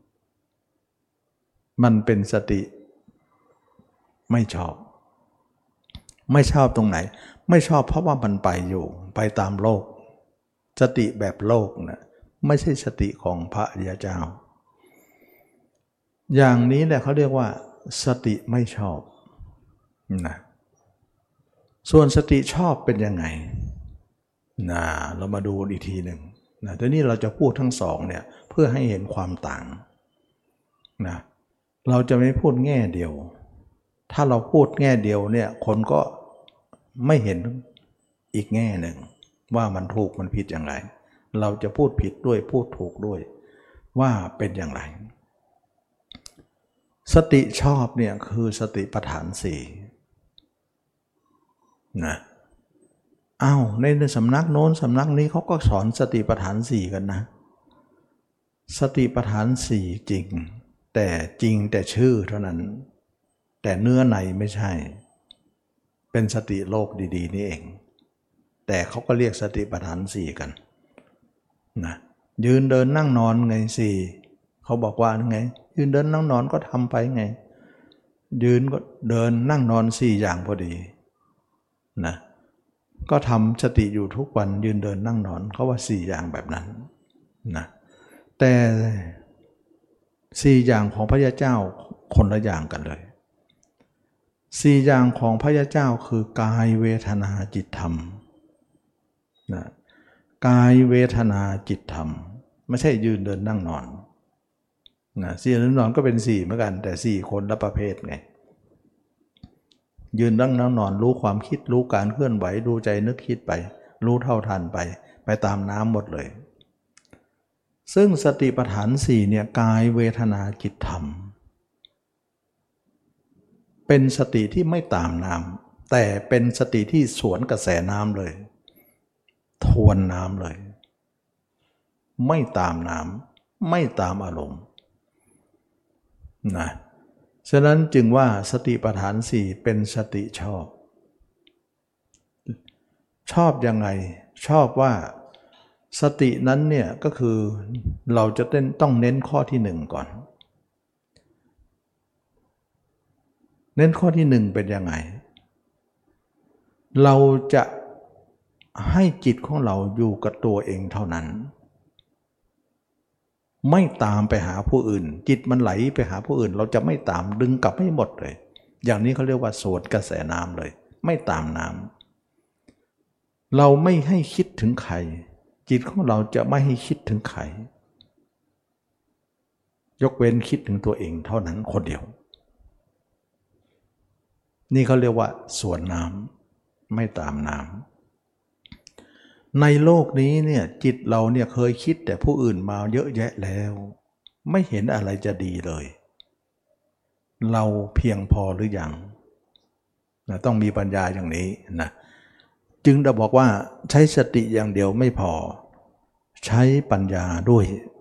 มันเป็นสติไม่ชอบไม่ชอบตรงไหนไม่ชอบเพราะว่ามันไปอยู่ไปตามโลกสติแบบโลกนะไม่ใช่สติของพระอริยเจ้าอย่างนี้แหละเขาเรียกว่าสติไม่ชอบนะส่วนสติชอบเป็นยังไงนะเรามาดูอีกทีหนึ่งนะทีนี้เราจะพูดทั้งสองเนี่ยเพื่อให้เห็นความต่างนะเราจะไม่พูดแง่เดียวถ้าเราพูดแง่เดียวเนี่ยคนก็ไม่เห็นอีกแง่หนึ่งว่ามันถูกมันผิดอย่างไรเราจะพูดผิดด้วยพูดถูกด้วยว่าเป็นอย่างไรสติชอบเนี่ยคือสติปัฏฐานสี่นะอ้าวในสำนักโน้นสำนักนี้เขาก็สอนสติปัฏฐานสี่กันนะสติปัฏฐานสี่จริงแต่จริงแต่ชื่อเท่านั้นแต่เนื้อในไม่ใช่เป็นสติโลกดีๆนี่เองแต่เขาก็เรียกสติปัฏฐานสี่กันนะยืนเดินนั่งนอนไงสี่เขาบอกว่าไงยืนเดินนั่งนอนก็ทำไปไงยืนก็เดินนั่งนอนสี่อย่างพอดีนะก็ทำสติอยู่ทุกวันยืนเดินนั่งนอนเขาว่าสี่อย่างแบบนั้นนะแต่สี่อย่างของพระยาเจ้าคนละอย่างกันเลยสี่อย่างของพระยาเจ้าคือกายเวทนาจิตธรรมนะกายเวทนาจิตธรรมไม่ใช่ยืนเดินนั่งนอนนะสี่ยืนนอนก็เป็นสี่เหมือนกันแต่สี่คนละประเภทไงยืนนั่งนั่งนอนรู้ความคิดรู้การเคลื่อนไหวดูใจนึกคิดไปรู้เท่าทันไปไปตามน้ำหมดเลยซึ่งสติปัฏฐานสี่เนี่ยกายเวทนาจิตธรรมเป็นสติที่ไม่ตามน้ำแต่เป็นสติที่สวนกระแสน้ำเลยทวนน้ำเลยไม่ตามน้ำไม่ตามอารมณ์นะฉะนั้นจึงว่าสติปัฏฐานสี่เป็นสติชอบชอบยังไงชอบว่าสตินั้นเนี่ยก็คือเราจะต้องเน้นข้อที่หนึ่งก่อนเน้นข้อที่หนึ่งเป็นยังไงเราจะให้จิตของเราอยู่กับตัวเองเท่านั้นไม่ตามไปหาผู้อื่นจิตมันไหลไปหาผู้อื่นเราจะไม่ตามดึงกลับให้หมดเลยอย่างนี้เขาเรียกว่าสวนกระแสน้ำเลยไม่ตามน้ำเราไม่ให้คิดถึงใครจิตของเราจะไม่ให้คิดถึงใครยกเว้นคิดถึงตัวเองเท่านั้นคนเดียวนี่เขาเรียกว่าสวนน้ำไม่ตามน้ำในโลกนี้เนี่ยจิตเราเนี่ยเคยคิดแต่ผู้อื่นมาเยอะแยะแล้วไม่เห็นอะไรจะดีเลยเราเพียงพอหรือยังนะต้องมีปัญญาอย่างนี้นะจึงได้บอกว่าใช้สติอย่างเดียวไม่พอใช้ปัญญาด้วย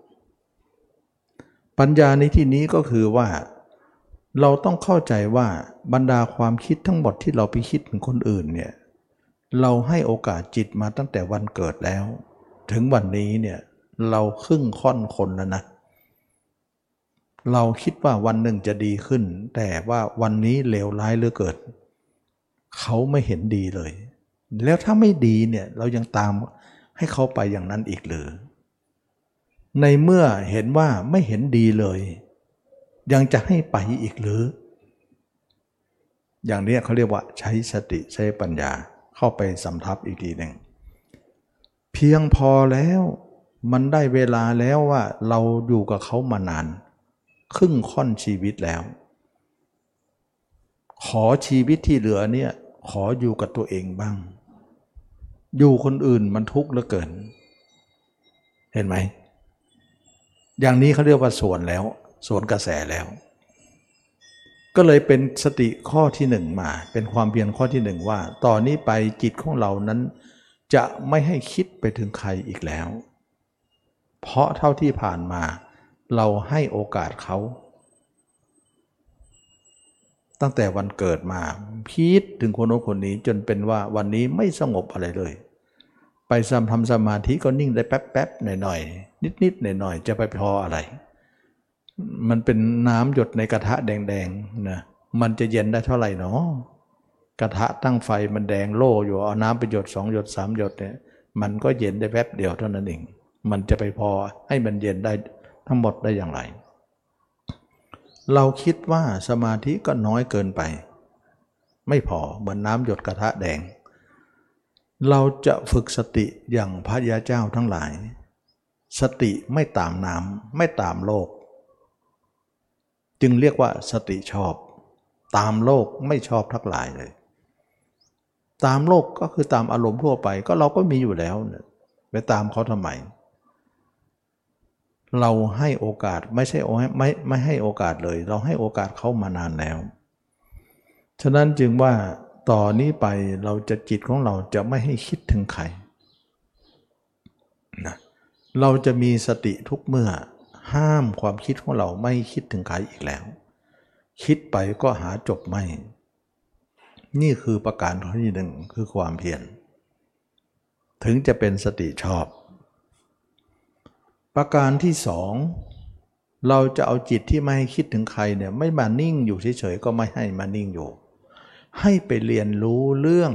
ปัญญาในที่นี้ก็คือว่าเราต้องเข้าใจว่าบรรดาความคิดทั้งหมดที่เราไปคิดถึงคนอื่นเนี่ยเราให้โอกาสจิตมาตั้งแต่วันเกิดแล้วถึงวันนี้เนี่ยเราครึ่งค่อนคนแล้วนะเราคิดว่าวันหนึ่งจะดีขึ้นแต่ว่าวันนี้เลวร้ายเหลือเกินเขาไม่เห็นดีเลยแล้วถ้าไม่ดีเนี่ยเรายังตามให้เขาไปอย่างนั้นอีกหรือในเมื่อเห็นว่าไม่เห็นดีเลยยังจะให้ไปอีกหรืออย่างนี้เขาเรียกว่าใช้สติใช้ปัญญาเข้าไปสำทับอีกทีหนึ่งเพียงพอแล้วมันได้เวลาแล้วว่าเราอยู่กับเขามานานครึ่งค่อนชีวิตแล้วขอชีวิตที่เหลือเนี่ยขออยู่กับตัวเองบ้างอยู่คนอื่นมันทุกข์เหลือเกินเห็นไหมอย่างนี้เขาเรียกว่าสวนแล้วสวนกระแสแล้วก็เลยเป็นสติข้อที่หนึ่งมาเป็นความเพียรข้อที่หนึ่งว่าต่อนนี้ไปจิตของเรานั้นจะไม่ให้คิดไปถึงใครอีกแล้วเพราะเท่าที่ผ่านมาเราให้โอกาสเขาตั้งแต่วันเกิดมาพีดถึงคนโน้นคนนี้จนเป็นว่าวันนี้ไม่สงบอะไรเลยไปทำสมาธิก็นิ่งได้แป๊บๆหน่อยๆนิดๆหน่อยๆจะไปพออะไรมันเป็นน้ำหยดในกระทะแดงๆนะมันจะเย็นได้เท่าไหร่เนาะกระทะตั้งไฟมันแดงโล่อยู่เอาน้ำไปหยดสองหยดสามหยดเนี่ยมันก็เย็นได้แป๊บเดียวเท่านั้นเองมันจะไปพอให้มันเย็นได้ทั้งหมดได้อย่างไรเราคิดว่าสมาธิก็น้อยเกินไปไม่พอเหมือนน้ำหยดกระทะแดงเราจะฝึกสติอย่างพระยาเจ้าทั้งหลายสติไม่ตามน้ำไม่ตามโลกจึงเรียกว่าสติชอบตามโลกไม่ชอบทั้งหลายเลยตามโลกก็คือตามอารมณ์ทั่วไปก็เราก็มีอยู่แล้วเนี่ยไปตามเขาทำไมเราให้โอกาสไม่ใช่ไม่ไม่ให้โอกาสเลยเราให้โอกาสเขามานานแล้วฉะนั้นจึงว่าต่อนนี้ไปเราจะจิตของเราจะไม่ให้คิดถึงใครนะเราจะมีสติทุกเมื่อห้ามความคิดของเราไม่คิดถึงใครอีกแล้วคิดไปก็หาจบไม่นี่คือประการข้อที่หนึ่งคือความเพียรถึงจะเป็นสติชอบประการที่สองเราจะเอาจิตที่ไม่ให้คิดถึงใครเนี่ยไม่มานิ่งอยู่เฉยๆก็ไม่ให้มานิ่งอยู่ให้ไปเรียนรู้เรื่อง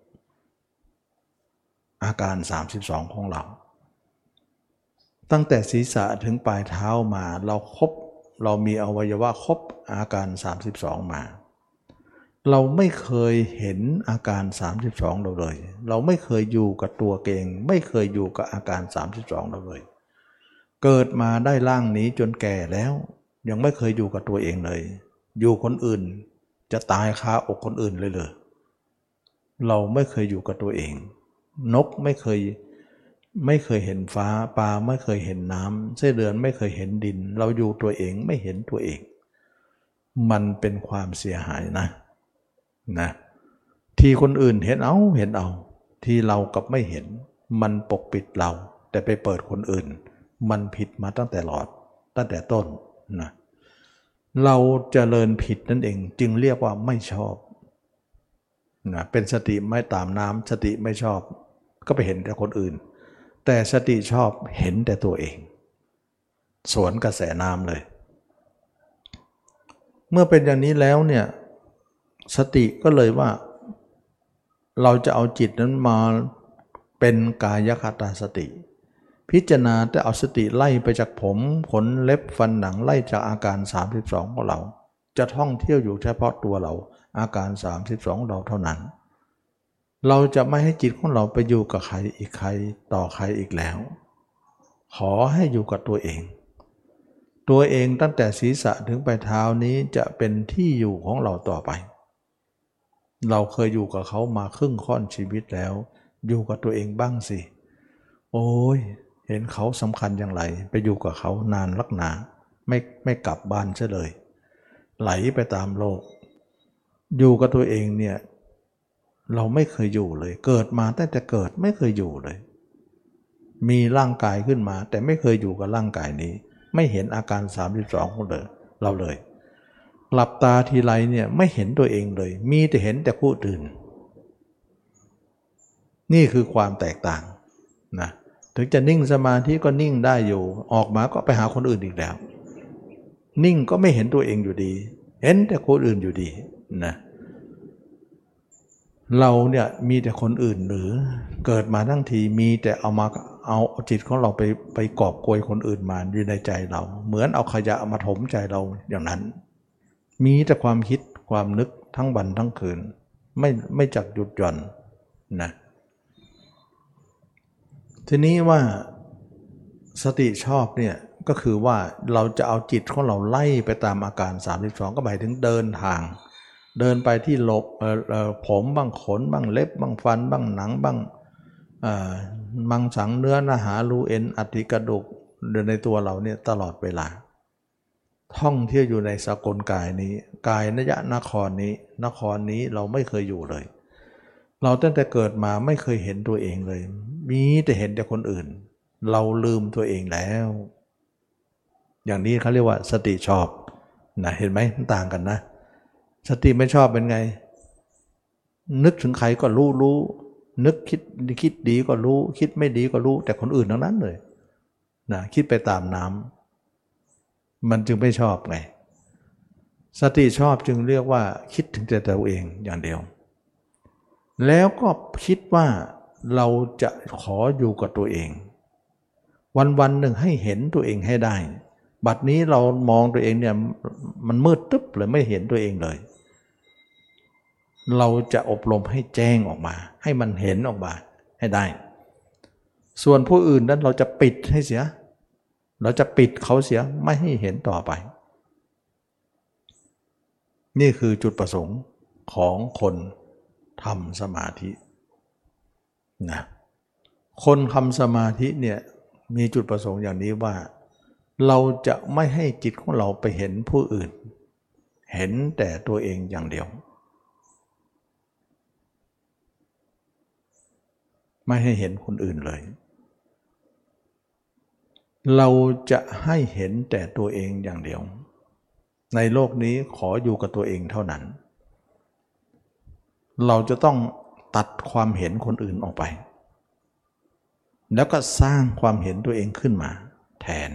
อาการสามสิบสองของเราตั้งแต่ศีรษะถึงปลายเท้ามาเราครบเรามีอวัยวะครบอาการสามสิบสองมาเราไม่เคยเห็นอาการสามสิบสองเราเลยเราไม่เคยอยู่กับตัวเองไม่เคยอยู่กับอาการสามสิบสองเราเลยเกิดมาได้ร่างนี้จนแก่แล้วยังไม่เคยอยู่กับตัวเองเลยอยู่คนอื่นจะตายคาอกคนอื่นเลยเลยเราไม่เคยอยู่กับตัวเองนกไม่เคยไม่เคยเห็นฟ้าปลาไม่เคยเห็นน้ำไส้เดือนไม่เคยเห็นดินเราอยู่ตัวเองไม่เห็นตัวเองมันเป็นความเสียหายนะนะที่คนอื่นเห็นเอาเห็นเอาที่เรากับไม่เห็นมันปกปิดเราแต่ไปเปิดคนอื่นมันผิดมาตั้งแต่หลอดตั้งแต่ต้นนะเราเจริญผิดนั่นเองจึงเรียกว่าไม่ชอบนะเป็นสติไม่ตามน้ำสติไม่ชอบก็ไปเห็นแต่คนอื่นแต่สติชอบเห็นแต่ตัวเองสวนกระแสน้ำเลยเมื่อเป็นอย่างนี้แล้วเนี่ยสติก็เลยว่าเราจะเอาจิตนั้นมาเป็นกายคตาสติพิจารณาแต่เอาสติไล่ไปจากผมขนเล็บฟันหนังไล่จากอาการสามสิบสองของเราจะท่องเที่ยวอยู่เฉพาะตัวเราอาการสามสิบสองเราเท่านั้นเราจะไม่ให้จิตของเราไปอยู่กับใครอีกใครต่อใครอีกแล้วขอให้อยู่กับตัวเองตัวเองตั้งแต่ศีรษะถึงปลายเท้านี้จะเป็นที่อยู่ของเราต่อไปเราเคยอยู่กับเขามาครึ่งค่อนชีวิตแล้วอยู่กับตัวเองบ้างสิโอ้ยเห็นเขาสำคัญอย่างไรไปอยู่กับเขานานลักหนาไม่ไม่กลับบ้านซะเลยไหลไปตามโลกอยู่กับตัวเองเนี่ยเราไม่เคยอยู่เลยเกิดมาตั้งแต่เกิดไม่เคยอยู่เลยมีร่างกายขึ้นมาแต่ไม่เคยอยู่กับร่างกายนี้ไม่เห็นอาการสามสิบสองของเราเลยหลับตาทีไรเนี่ยไม่เห็นตัวเองเลยมีแต่เห็นแต่ผู้อื่นนี่คือความแตกต่างนะถึงจะนิ่งสมาธิก็นิ่งได้อยู่ออกมาก็ไปหาคนอื่นอีกแล้วนิ่งก็ไม่เห็นตัวเองอยู่ดีเห็นแต่คนอื่นอยู่ดีนะเราเนี่ยมีแต่คนอื่นหรือเกิดมาทั้งทีมีแต่เอามาเอาจิตของเราไปไปกอบโกยคนอื่นมาอยู่ในใจเราเหมือนเอาขยะมาถมใจเราอย่างนั้นมีแต่ความคิดความนึกทั้งวันทั้งคืนไม่ไม่จักหยุดหย่อนนะทีนี้ว่าสติชอบเนี่ยก็คือว่าเราจะเอาจิตของเราไล่ไปตามอาการสามสิบสองก็หมายถึงเดินทางเดินไปที่ลบผมบ้างขนบ้างเล็บบ้างฟันบ้างหนังบ้างมังสังเนื้อนาหารูเอ็นอัฐิกระดูกเดินในตัวเราเนี่ยตลอดเวลาท่องเที่ยวอยู่ในสกลกายนี้กายนยะนครนี้นครนี้เราไม่เคยอยู่เลยเราตั้งแต่เกิดมาไม่เคยเห็นตัวเองเลยมีแต่เห็นแต่คนอื่นเราลืมตัวเองแล้วอย่างนี้เขาเรียกว่าสติชอบนะเห็นไหมมันต่างกันนะสติไม่ชอบเป็นไงนึกถึงใครก็รู้รู้นึกคิดคิดดีก็รู้คิดไม่ดีก็รู้แต่คนอื่นทั้งนั้นเลยนะคิดไปตามน้ำมันจึงไม่ชอบไงสติชอบจึงเรียกว่าคิดถึงแต่ตัวเองอย่างเดียวแล้วก็คิดว่าเราจะขออยู่กับตัวเองวันวันหนึ่งให้เห็นตัวเองให้ได้บัดนี้เรามองตัวเองเนี่ยมันมืดตึ๊บเลยไม่เห็นตัวเองเลยเราจะอบรมให้แจ้งออกมาให้มันเห็นออกมาให้ได้ส่วนผู้อื่นนั้นเราจะปิดให้เสียเราจะปิดเขาเสียไม่ให้เห็นต่อไปนี่คือจุดประสงค์ของคนทำสมาธินะคนทำสมาธิเนี่ยมีจุดประสงค์อย่างนี้ว่าเราจะไม่ให้จิตของเราไปเห็นผู้อื่นเห็นแต่ตัวเองอย่างเดียวไม่ให้เห็นคนอื่นเลยเราจะให้เห็นแต่ตัวเองอย่างเดียวในโลกนี้ขออยู่กับตัวเองเท่านั้นเราจะต้องตัดความเห็นคนอื่นออกไปแล้วก็สร้างความเห็นตัวเองขึ้นมาแทน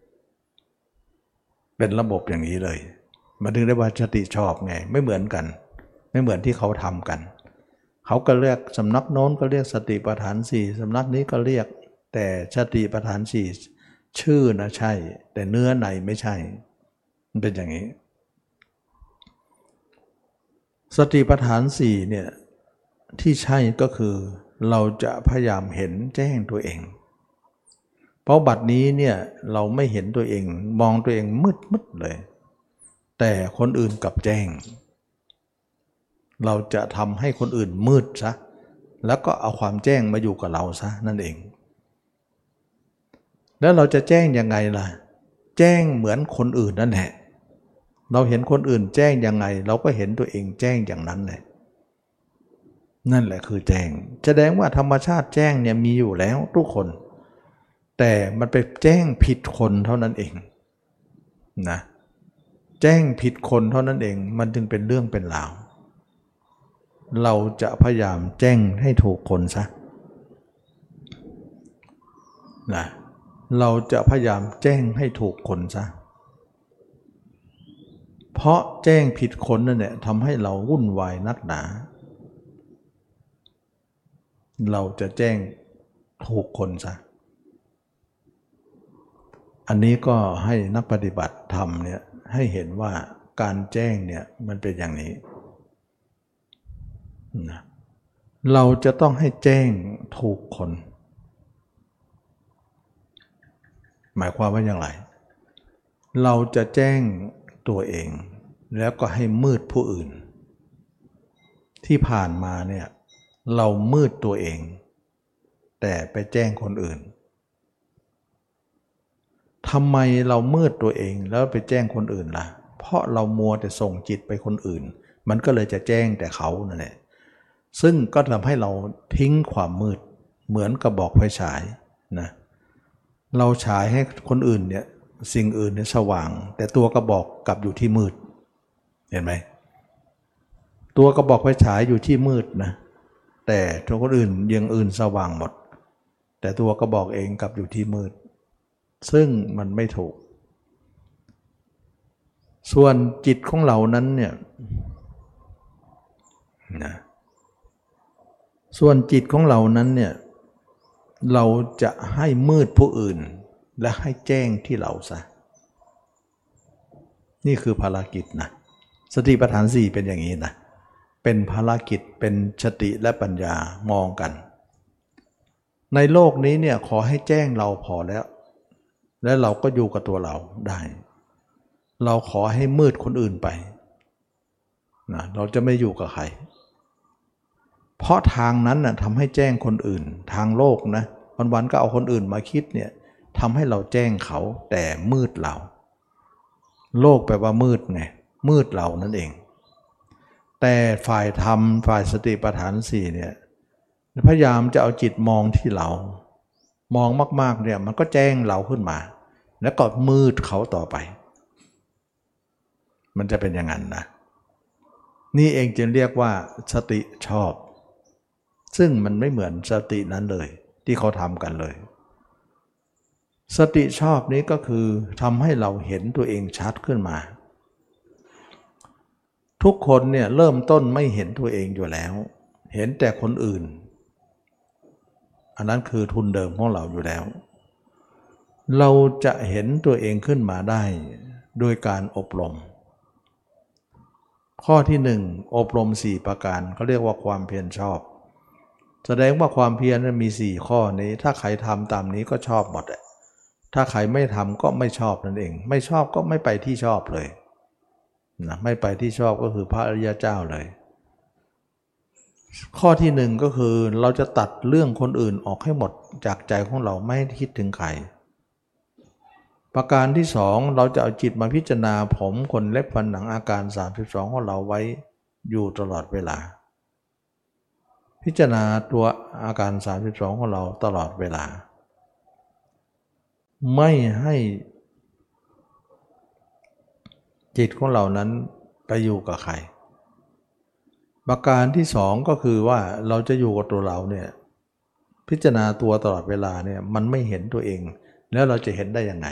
เป็นระบบอย่างนี้เลยมันถึงได้ว่าสติชอบไงไม่เหมือนกันไม่เหมือนที่เขาทำกันเขาก็เรียกสำนักโน้นก็เรียกสติปัฏฐานสี่สำนักนี้ก็เรียกแต่สติปัฏฐานสี่ชื่อนะใช่แต่เนื้อในไม่ใช่มันเป็นอย่างนี้สติปัฏฐานสี่เนี่ยที่ใช่ก็คือเราจะพยายามเห็นแจ้งตัวเองเพราะบัดนี้เนี่ยเราไม่เห็นตัวเองมองตัวเองมืดมืดเลยแต่คนอื่นกลับแจ้งเราจะทำให้คนอื่นมืดซะแล้วก็เอาความแจ้งมาอยู่กับเราซะนั่นเองแล้วเราจะแจ้งยังไงล่ะแจ้งเหมือนคนอื่นนั่นแหละเราเห็นคนอื่นแจ้งยังไงเราก็เห็นตัวเองแจ้งอย่างนั้นแหละนั่นแหละคือแจ้งแสดงว่าธรรมชาติแจ้งเนี่ยมีอยู่แล้วทุกคนแต่มันไปแจ้งผิดคนเท่านั้นเองนะแจ้งผิดคนเท่านั้นเองมันจึงเป็นเรื่องเป็นราวเราจะพยายามแจ้งให้ถูกคนซะนะเราจะพยายามแจ้งให้ถูกคนซะเพราะแจ้งผิดคนนั่นแหละทำให้เราวุ่นวายนักหนาเราจะแจ้งถูกคนซะอันนี้ก็ให้นักปฏิบัติธรรมเนี่ยให้เห็นว่าการแจ้งเนี่ยมันเป็นอย่างนี้นะเราจะต้องให้แจ้งถูกคนหมายความว่าอย่างไรเราจะแจ้งตัวเองแล้วก็ให้มืดผู้อื่นที่ผ่านมาเนี่ยเรามืดตัวเองแต่ไปแจ้งคนอื่นทำไมเรามืดตัวเองแล้วไปแจ้งคนอื่นล่ะเพราะเรามัวแต่ส่งจิตไปคนอื่นมันก็เลยจะแจ้งแต่เขานั่นแหละซึ่งก็ทำให้เราทิ้งความมืดเหมือนกระบอกไฟฉายนะเราฉายให้คนอื่นเนี่ยสิ่งอื่นเนี่ยสว่างแต่ตัวกระบอกกลับอยู่ที่มืดเห็นไหมตัวกระบอกไฟฉายอยู่ที่มืดนะแต่ตัวคนอื่นอย่างอื่นสว่างหมดแต่ตัวกระบอกเองกลับอยู่ที่มืดซึ่งมันไม่ถูกส่วนจิตของเรานั้นเนี่ยนะส่วนจิตของเรานั้นเนี่ยเราจะให้มืดผู้อื่นและให้แจ้งที่เราซะนี่คือภารกิจนะสติปัฏฐานสี่เป็นอย่างนี้นะเป็นภารกิจเป็นสติและปัญญามองกันในโลกนี้เนี่ยขอให้แจ้งเราพอแล้วและเราก็อยู่กับตัวเราได้เราขอให้มืดคนอื่นไปนะเราจะไม่อยู่กับใครเพราะทางนั้นนะทำให้แจ้งคนอื่นทางโลกนะวันๆก็เอาคนอื่นมาคิดเนี่ยทำให้เราแจ้งเขาแต่มืดเราโลกแปลว่ามืดไงมืดเรานั่นเองแต่ฝ่ายธรรมฝ่ายสติปัฏฐานสี่เนี่ยพยายามจะเอาจิตมองที่เรามองมากๆเนี่ยมันก็แจ้งเราขึ้นมาแล้วก็มืดเขาต่อไปมันจะเป็นอย่างนั้นนะนี่เองจึงเรียกว่าสติชอบซึ่งมันไม่เหมือนสตินั้นเลยที่เขาทำกันเลยสติชอบนี้ก็คือทำให้เราเห็นตัวเองชัดขึ้นมาทุกคนเนี่ยเริ่มต้นไม่เห็นตัวเองอยู่แล้วเห็นแต่คนอื่นอันนั้นคือทุนเดิมของเราอยู่แล้วเราจะเห็นตัวเองขึ้นมาได้โดยการอบรมข้อที่หนึ่งอบรมสี่ประการเขาเรียกว่าความเพียรชอบแสดงว่าความเพียรมีสี่ข้อนี้ถ้าใครทำตามนี้ก็ชอบหมดถ้าใครไม่ทำก็ไม่ชอบนั่นเองไม่ชอบก็ไม่ไปที่ชอบเลยนะไม่ไปที่ชอบก็คือพระอริยเจ้าเลยข้อที่หนึ่งก็คือเราจะตัดเรื่องคนอื่นออกให้หมดจากใจของเราไม่คิดถึงใครประการที่สองเราจะเอาจิตมาพิจารณาผมขนเล็บฟันหนังอาการสามสิบสองของเราไว้อยู่ตลอดเวลาพิจารณาตัวอาการสามสิบสองของเราตลอดเวลาไม่ให้จิตของเรานั้นไปอยู่กับใครประการที่สองก็คือว่าเราจะอยู่กับตัวเราเนี่ยพิจารณาตัวตลอดเวลาเนี่ยมันไม่เห็นตัวเองแล้วเราจะเห็นได้ยังไง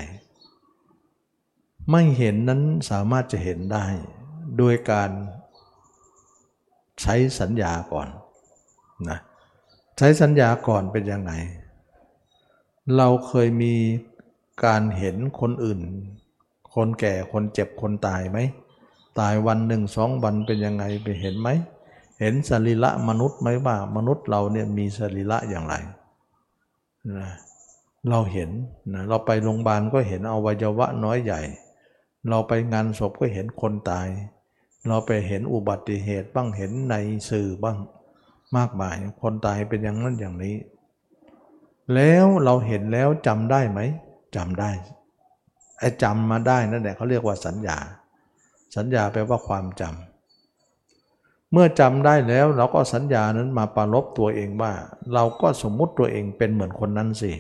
ไม่เห็นนั้นสามารถจะเห็นได้โดยการใช้สัญญาก่อนนะใช้สัญญาก่อนเป็นยังไงเราเคยมีการเห็นคนอื่นคนแก่คนเจ็บคนตายไหมตายวันหนึ่งสองวันเป็นยังไงไปเห็นไหมเห็นสรีระมนุษย์ไหมว่ามนุษย์เราเนี่ยมีสรีระอย่างไรนะเราเห็นนะเราไปโรงพยาบาลก็เห็นอวัยวะน้อยใหญ่เราไปงานศพก็เห็นคนตายเราไปเห็นอุบัติเหตุบ้างเห็นในสื่อบ้างมากมายคนตายเป็นอย่างนั้นอย่างนี้แล้วเราเห็นแล้วจำได้ไหมจำได้ไอ้จำมาได้นั่นแหละเขาเรียกว่าสัญญาสัญญาแปลว่าความจำเมื่อจำได้แล้วเราก็สัญญานั้นมาปรารภตัวเองว่าเราก็สมมุติตัวเองเป็นเหมือนคนนั้นสิ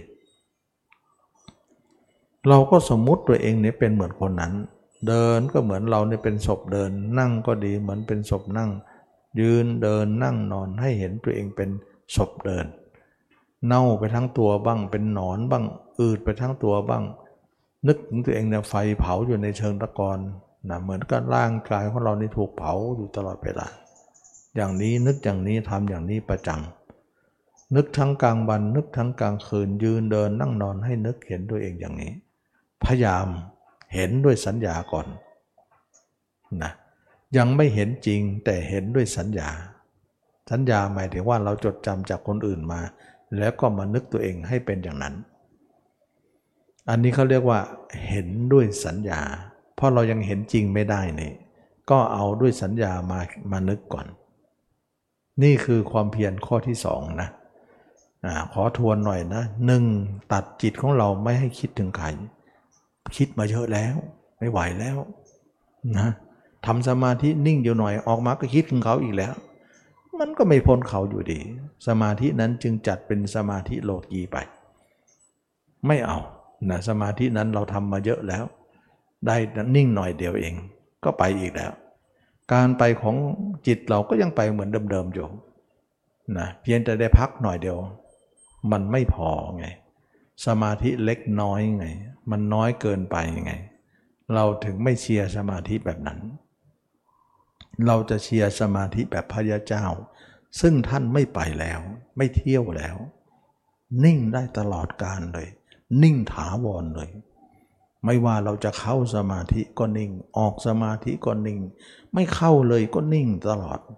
เราก็สมมุติตัวเองเนี่ยเป็นเหมือนคนนั้นเดินก็เหมือนเราเนี่ยเป็นศพเดินนั่งก็ดีเหมือนเป็นศพนั่งยืนเดินนั่งนอนให้เห็นตัวเองเป็นศพเดินเน่าไปทั้งตัวบ้างเป็นหนอนบ้างอืดไปทั้งตัวบ้างนึกถึงตัวเองเนี่ยไฟเผาอยู่ในเชิงตะกอนนะเหมือนกับร่างกายของเรานี่ถูกเผาอยู่ตลอดเวลาอย่างนี้นึกอย่างนี้ทำอย่างนี้ประจำนึกทั้งกลางวันนึกทั้งกลางคืนยืนเดินนั่งนอนให้นึกเห็นตัวเองอย่างนี้พยายามเห็นด้วยสัญญาก่อนนะยังไม่เห็นจริงแต่เห็นด้วยสัญญาสัญญาหมายถึงว่าเราจดจำจากคนอื่นมาแล้วก็มานึกตัวเองให้เป็นอย่างนั้นอันนี้เขาเรียกว่าเห็นด้วยสัญญาเพราะเรายังเห็นจริงไม่ได้นี่ก็เอาด้วยสัญญามามานึกก่อนนี่คือความเพียรข้อที่สองนะอ่าขอทวนหน่อยนะหนึ่งตัดจิตของเราไม่ให้คิดถึงใครคิดมาเยอะแล้วไม่ไหวแล้วนะทำสมาธินิ่งอยู่หน่อยออกมาก็คิดถึงเขาอีกแล้วมันก็ไม่พ้นเขาอยู่ดีสมาธินั้นจึงจัดเป็นสมาธิโลกีไปไม่เอานะสมาธินั้นเราทำมาเยอะแล้วได้นิ่งหน่อยเดียวเองก็ไปอีกแล้วการไปของจิตเราก็ยังไปเหมือนเดิมๆอยู่นะเพียงแต่ได้พักหน่อยเดียวมันไม่พอไงสมาธิเล็กน้อยไงมันน้อยเกินไปไงเราถึงไม่เชียร์สมาธิแบบนั้นเราจะเชียร์สมาธิแบบพระยาเจ้าซึ่งท่านไม่ไปแล้วไม่เที่ยวแล้วนิ่งได้ตลอดกาลเลยนิ่งถาวรเลยไม่ว่าเราจะเข้าสมาธิก็นิ่งออกสมาธิก็นิ่งไม่เข้าเลยก็นิ่งตลอด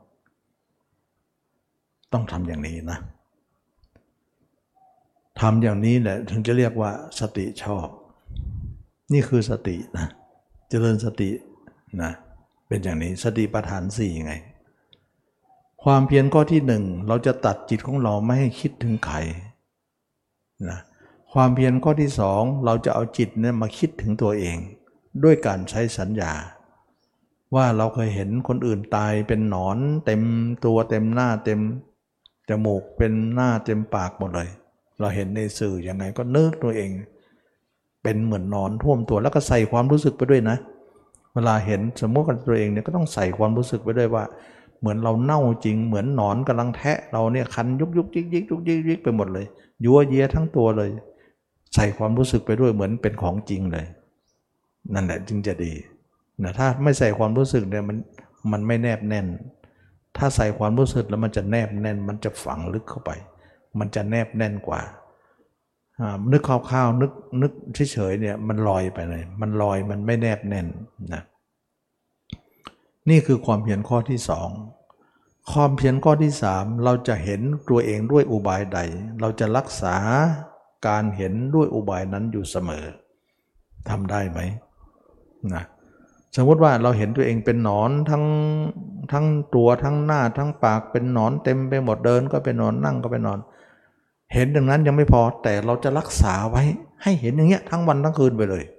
ต้องทำอย่างนี้นะทำอย่างนี้แหละถึงจะเรียกว่าสติชอบนี่คือสตินะเจริญสตินะเป็นอย่างนี้สติปัฏฐานสี่ไงความเพียรข้อที่หนึ่งเราจะตัดจิตของเราไม่ให้คิดถึงใครนะความเพียรข้อที่สองเราจะเอาจิตเนี่ยมาคิดถึงตัวเองด้วยการใช้สัญญาว่าเราเคยเห็นคนอื่นตายเป็นหนอนเต็มตัวเต็มหน้าเต็มจมูกเป็นหน้าเต็มปากหมดเลยเราเห็นในสื่อยังไงก็นึกตัวเองเป็นเหมือนหนอนท่วมตัวแล้วก็ใส่ความรู้สึกไปด้วยนะเวลาเห็นสมมติกับตัวเองเนี่ยก็ต้องใส่ความรู้สึกไปด้วยว่าเหมือนเราเน่าจริงเหมือนหนอนกำลังแทะเราเนี่ยคันยุกยุกยิกยิกยุกยิกยิกไปหมดเลยยัวเยียทั้งตัวเลยใส่ความรู้สึกไปด้วยเหมือนเป็นของจริงเลยนั่นแหละจึงจะดีนะถ้าไม่ใส่ความรู้สึกเนี่ยมันมันไม่แนบแน่นถ้าใส่ความรู้สึกแล้วมันจะแนบแน่นมันจะฝังลึกเข้าไปมันจะแนบแน่นกว่านึกคร่าวๆนึกนึกเฉยๆเนี่ยมันลอยไปเลยมันลอยมันไม่แนบแน่นนะนี่คือความเพียรข้อที่สองความเพียรข้อที่สามเราจะเห็นตัวเองด้วยอุบายใดเราจะรักษาการเห็นด้วยอุบายนั้นอยู่เสมอทำได้ไหมนะสมมติว่าเราเห็นตัวเองเป็นหนอนทั้งทั้งตัวทั้งหน้าทั้งปากเป็นหนอนเต็มไปหมดเดินก็เป็นหนอนนั่งก็เป็นหนอนเห็นอย่างนั้นยังไม่พอแต่เราจะรักษาไว้ให้เห็นอย่างเงี้ยทั้งวันทั้งคืนไปเลย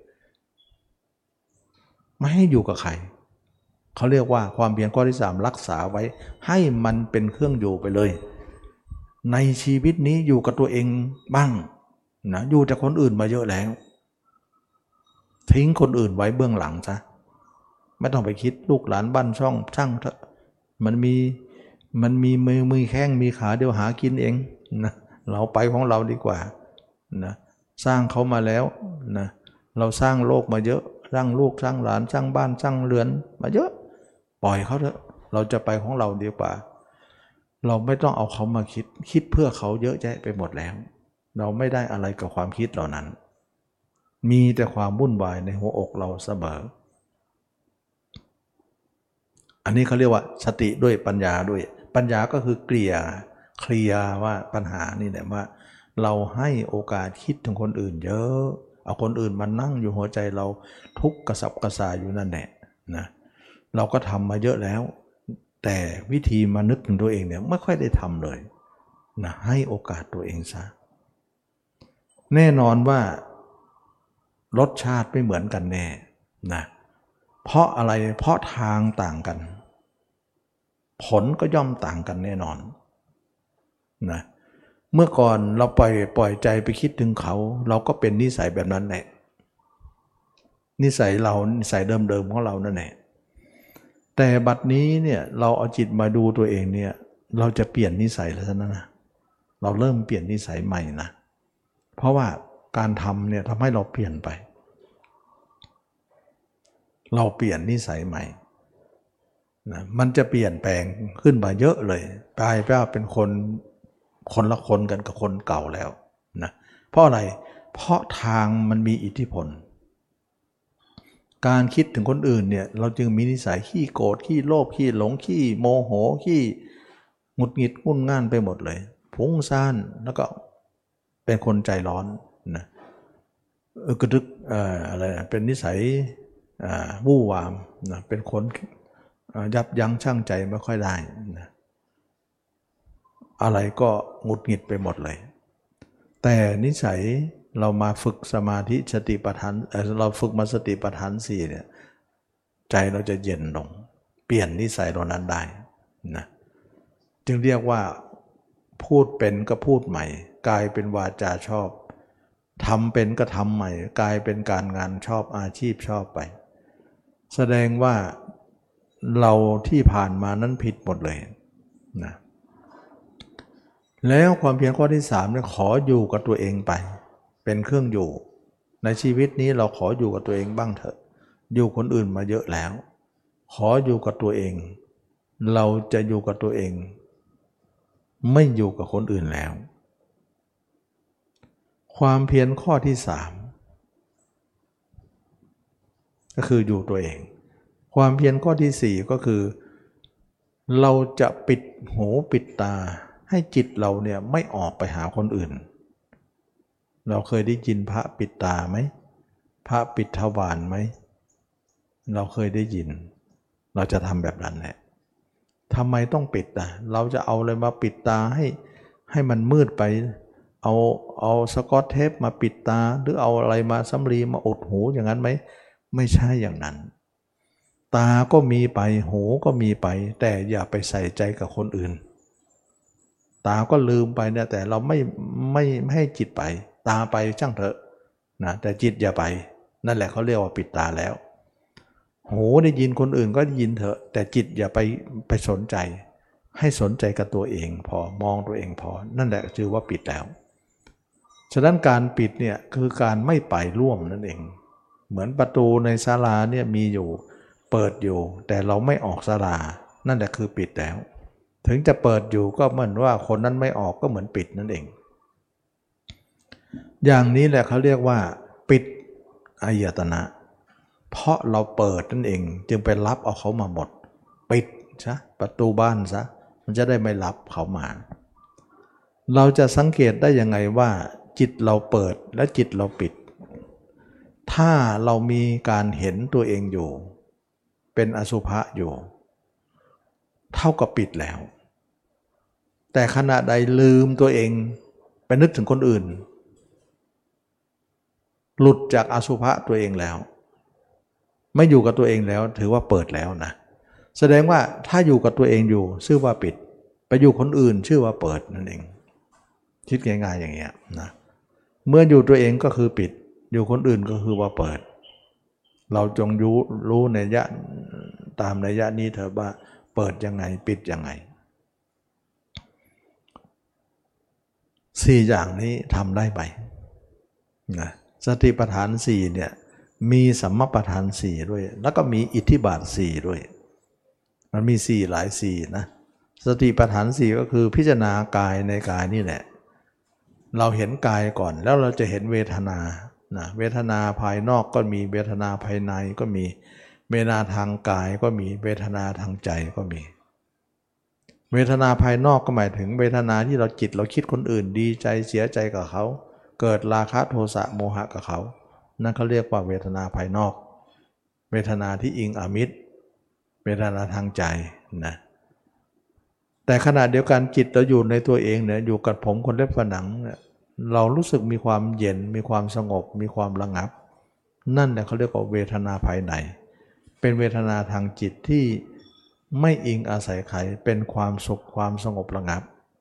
ไม่ให้อยู่กับใครเขาเรียกว่าความเพียรข้อที่สามรักษาไว้ให้มันเป็นเครื่องอยู่ไปเลยในชีวิตนี้อยู่กับตัวเองบ้างนะอยู่แต่คนอื่นมาเยอะแล้วทิ้งคนอื่นไว้เบื้องหลังซะไม่ต้องไปคิดลูกหลานบ้านช่องช่างเถอะมันมีมันมีมือมือแข้งมีขาเดี๋ยวหากินเองนะเราไปของเราดีกว่านะสร้างเขามาแล้วนะเราสร้างโลกมาเยอะสร้างลูกสร้างหลานสร้างบ้านสร้างเรือนมาเยอะปล่อยเขาเถอะเราจะไปของเราดีกว่าเราไม่ต้องเอาเขามาคิดคิดเพื่อเขาเยอะแยะไปหมดแล้วเราไม่ได้อะไรกับความคิดเหล่านั้นมีแต่ความวุ่นวายในหัวอกเราเสมออันนี้เขาเรียกว่าสติด้วยปัญญาด้วยปัญญาก็คือเกลี่ยเคลียร์ว่าปัญหานี่แหละว่าเราให้โอกาสคิดถึงคนอื่นเยอะเอาคนอื่นมานั่งอยู่หัวใจเราทุกข์กระสับกระส่ายอยู่นั่นแหละนะเราก็ทำมาเยอะแล้วแต่วิธีมานึกถึงตัวเองเนี่ยไม่ค่อยได้ทำเลยนะให้โอกาสตัวเองซะแน่นอนว่ารสชาติไม่เหมือนกันแน่นะเพราะอะไรเพราะทางต่างกันผลก็ย่อมต่างกันแน่นอนนะเมื่อก่อนเราปล่อยปล่อยใจไปคิดถึงเขาเราก็เป็นนิสัยแบบนั้นแหละนิสัยเรานิสัยเดิมๆของเรานั่นแหละแต่บัดนี้เนี่ยเราเอาจิตมาดูตัวเองเนี่ยเราจะเปลี่ยนนิสัยแล้วนะเราเริ่มเปลี่ยนนิสัยใหม่นะเพราะว่าการทำเนี่ยทำให้เราเปลี่ยนไปเราเปลี่ยนนิสัยใหม่นะมันจะเปลี่ยนแปลงขึ้นมาเยอะเลยกลายเป็นคนคนละคนกันกับคนเก่าแล้วนะเพราะอะไรเพราะทางมันมีอิทธิพลการคิดถึงคนอื่นเนี่ยเราจึงมีนิสัยขี้โกรธขี้โลภขี้หลงขี้โมโหขี้หงุดหงิดงุ่นง่านไปหมดเลยฟุ้งซ่านแล้วก็เป็นคนใจร้อนนะเออกระดึกเอ่ออะไรเป็นนิสัยวู่วามนะเป็นคนยับยั้งชั่งใจไม่ค่อยได้นะอะไรก็หงุดหงิดไปหมดเลยแต่นิสัยเรามาฝึกสมาธิสติปัฏฐานเราฝึกมาสติปัฏฐานสี่เนี่ยใจเราจะเย็นลงเปลี่ยนนิสัยเหล่านั้นได้นะจึงเรียกว่าพูดเป็นก็พูดใหม่กลายเป็นวาจาชอบทำเป็นก็ทำใหม่กลายเป็นการงานชอบอาชีพชอบไปแสดงว่าเราที่ผ่านมานั้นผิดหมดเลยนะแล้วความเพียรข้อที่สามเนี่ยขออยู่กับตัวเองไปเป็นเครื่องอยู่ในชีวิตนี้เราขออยู่กับตัวเองบ้างเถอะอยู่คนอื่นมาเยอะแล้วขออยู่กับตัวเองเราจะอยู่กับตัวเองไม่อยู่กับคนอื่นแล้วความเพียรข้อที่สามก็คืออยู่ตัวเองความเพียรข้อที่สี่ก็คือเราจะปิดหูปิดตาให้จิตเราเนี่ยไม่ออกไปหาคนอื่นเราเคยได้ยินพระปิดตาไหมพระปิดทวารไหมเราเคยได้ยินเราจะทำแบบนั้นแหละทำไมต้องปิดอ่ะเราจะเอาอะไรมาปิดตาให้ให้มันมืดไปเอาเอาสกอตเทปมาปิดตาหรือเอาอะไรมาสำลีมาอุดหูอย่างนั้นไหมไม่ใช่อย่างนั้นตาก็มีไปหูก็มีไปแต่อย่าไปใส่ใจกับคนอื่นตาก็ลืมไปเนี่ยแต่เราไม่ไม่ไม่ให้จิตไปตาไปช่างเถอะนะแต่จิตอย่าไปนั่นแหละเขาเรียกว่าปิดตาแล้วหูได้ยินคนอื่นก็ได้ยินเถอะแต่จิตอย่าไปไปสนใจให้สนใจกับตัวเองพอมองตัวเองพอนั่นแหละชื่อว่าปิดแล้วฉะนั้นการปิดเนี่ยคือการไม่ไปร่วมนั่นเองเหมือนประตูในศาลาเนี่ยมีอยู่เปิดอยู่แต่เราไม่ออกศาลานั่นแหละคือปิดแล้วถึงจะเปิดอยู่ก็เหมือนว่าคนนั้นไม่ออกก็เหมือนปิดนั่นเองอย่างนี้แหละเขาเรียกว่าปิดอายตนะเพราะเราเปิดนั่นเองจึงไปรับเอาเขามาหมดปิดซะประตูบ้านซะมันจะได้ไม่รับเขามาเราจะสังเกตได้ยังไงว่าจิตเราเปิดและจิตเราปิดถ้าเรามีการเห็นตัวเองอยู่เป็นอสุภะอยู่เท่ากับปิดแล้วแต่ขณะใดลืมตัวเองไปนึกถึงคนอื่นหลุดจากอสุภะตัวเองแล้วไม่อยู่กับตัวเองแล้วถือว่าเปิดแล้วนะแสดงว่าถ้าอยู่กับตัวเองอยู่ชื่อว่าปิดไปอยู่คนอื่นชื่อว่าเปิดนั่นเองคิดง่ายๆอย่างเงี้ยนะเมื่ออยู่ตัวเองก็คือปิดอยู่คนอื่นก็คือว่าเปิดเราจงรู้รู้ในยะตามในยะนี้เถอะว่าเปิดยังไงปิดยังไงสี่อย่างนี้ทำได้ไหมนะสติปัฏฐานสี่เนี่ยมีสัมมาปัฏฐานสี่ด้วยแล้วก็มีอิทธิบาทสี่ด้วยมันมีสี่หลายสี่นะสติปัฏฐานสี่ก็คือพิจารณากายในกายนี่แหละเราเห็นกายก่อนแล้วเราจะเห็นเวทนานะเวทนาภายนอกก็มีเวทนาภายในก็มีเวทนาทางกายก็มีเวทนาทางใจก็มีเวทนาภายนอกก็หมายถึงเวทนาที่เราจิตเราคิดคนอื่นดีใจเสียใจกับเขาเกิดราคะโทสะโมหะกับเขานั่นเขาเรียกว่าเวทนาภายนอกเวทนาที่อิงอามิตรเวทนาทางใจนะแต่ขณะเดียวกันจิตเราอยู่ในตัวเองเนี่ยอยู่กับผมคนเล็บฝันหนังเนี่ยเรารู้สึกมีความเย็นมีความสงบมีความระงับนั่นแหละเขาเรียกว่าเวทนาภายในเป็นเวทนาทางจิตที่ไม่อิงอาศัยใครเป็นความสุขความสงบระงับ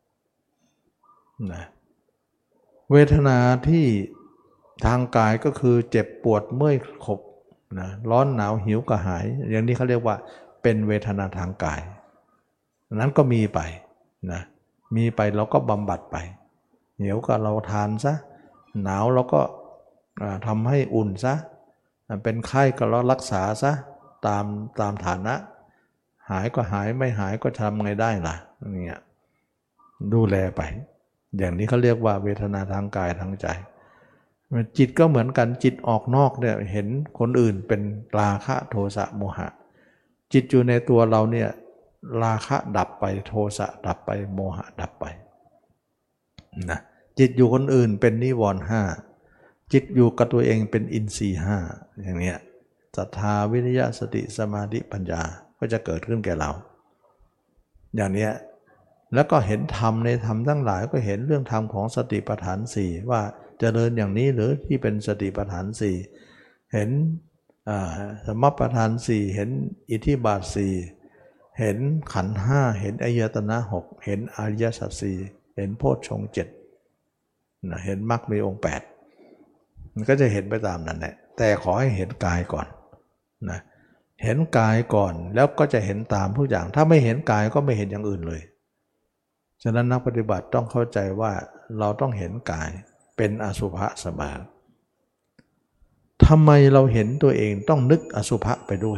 นะเวทนาที่ทางกายก็คือเจ็บปวดเมื่อยขบนะร้อนหนาวหิวกระหายอย่างนี้เขาเรียกว่าเป็นเวทนาทางกายนั้นก็มีไปนะมีไปเราก็บำบัดไปหิวก็เราทานซะหนาวเราก็ทำให้อุ่นซะเป็นไข้ก็เรารักษาซะตามตามฐานะหายก็หายไม่หายก็ทำไงได้ล่ะเนี่ยดูแลไปอย่างนี้เขาเรียกว่าเวทนาทางกายทางใจจิตก็เหมือนกันจิตออกนอกเนี่ยเห็นคนอื่นเป็นราคะโทสะโมหะจิตอยู่ในตัวเราเนี่ยราคะดับไปโทสะดับไปโมหะดับไปนะจิตอยู่คนอื่นเป็นนิวรณ์ห้าจิตอยู่กับตัวเองเป็นอินทรีย์ห้าอย่างเนี้ยศรัทธาวิริยะสติสมาธิปัญญาก็จะเกิดขึ้นแก่เราอย่างเนี้ยแล้วก็เห็นธรรมในธรรมทั้งหลายก็เห็นเรื่องธรรมของสติปัฏฐานสี่ว่าเจริญอย่างนี้หรือที่เป็นสติปัฏฐานสี่เห็นสมปัฏฐานสี่เห็นอิทธิบาทสี่เห็นขันธ์ห้าเห็นอายตนะหกเห็นอริยสัจสี่เห็นโพชฌงค์เจ็ดนะเห็นมรรคมีองค์แปดมันก็จะเห็นไปตามนั้นแหละแต่ขอให้เห็นกายก่อนนะเห็นกายก่อนแล้วก็จะเห็นตามทุกอย่างถ้าไม่เห็นกายก็ไม่เห็นอย่างอื่นเลยฉะนั้นนักปฏิบัติต้องเข้าใจว่าเราต้องเห็นกายเป็นอสุภะเสมอทำไมเราเห็นตัวเองต้องนึกอสุภะไปด้วย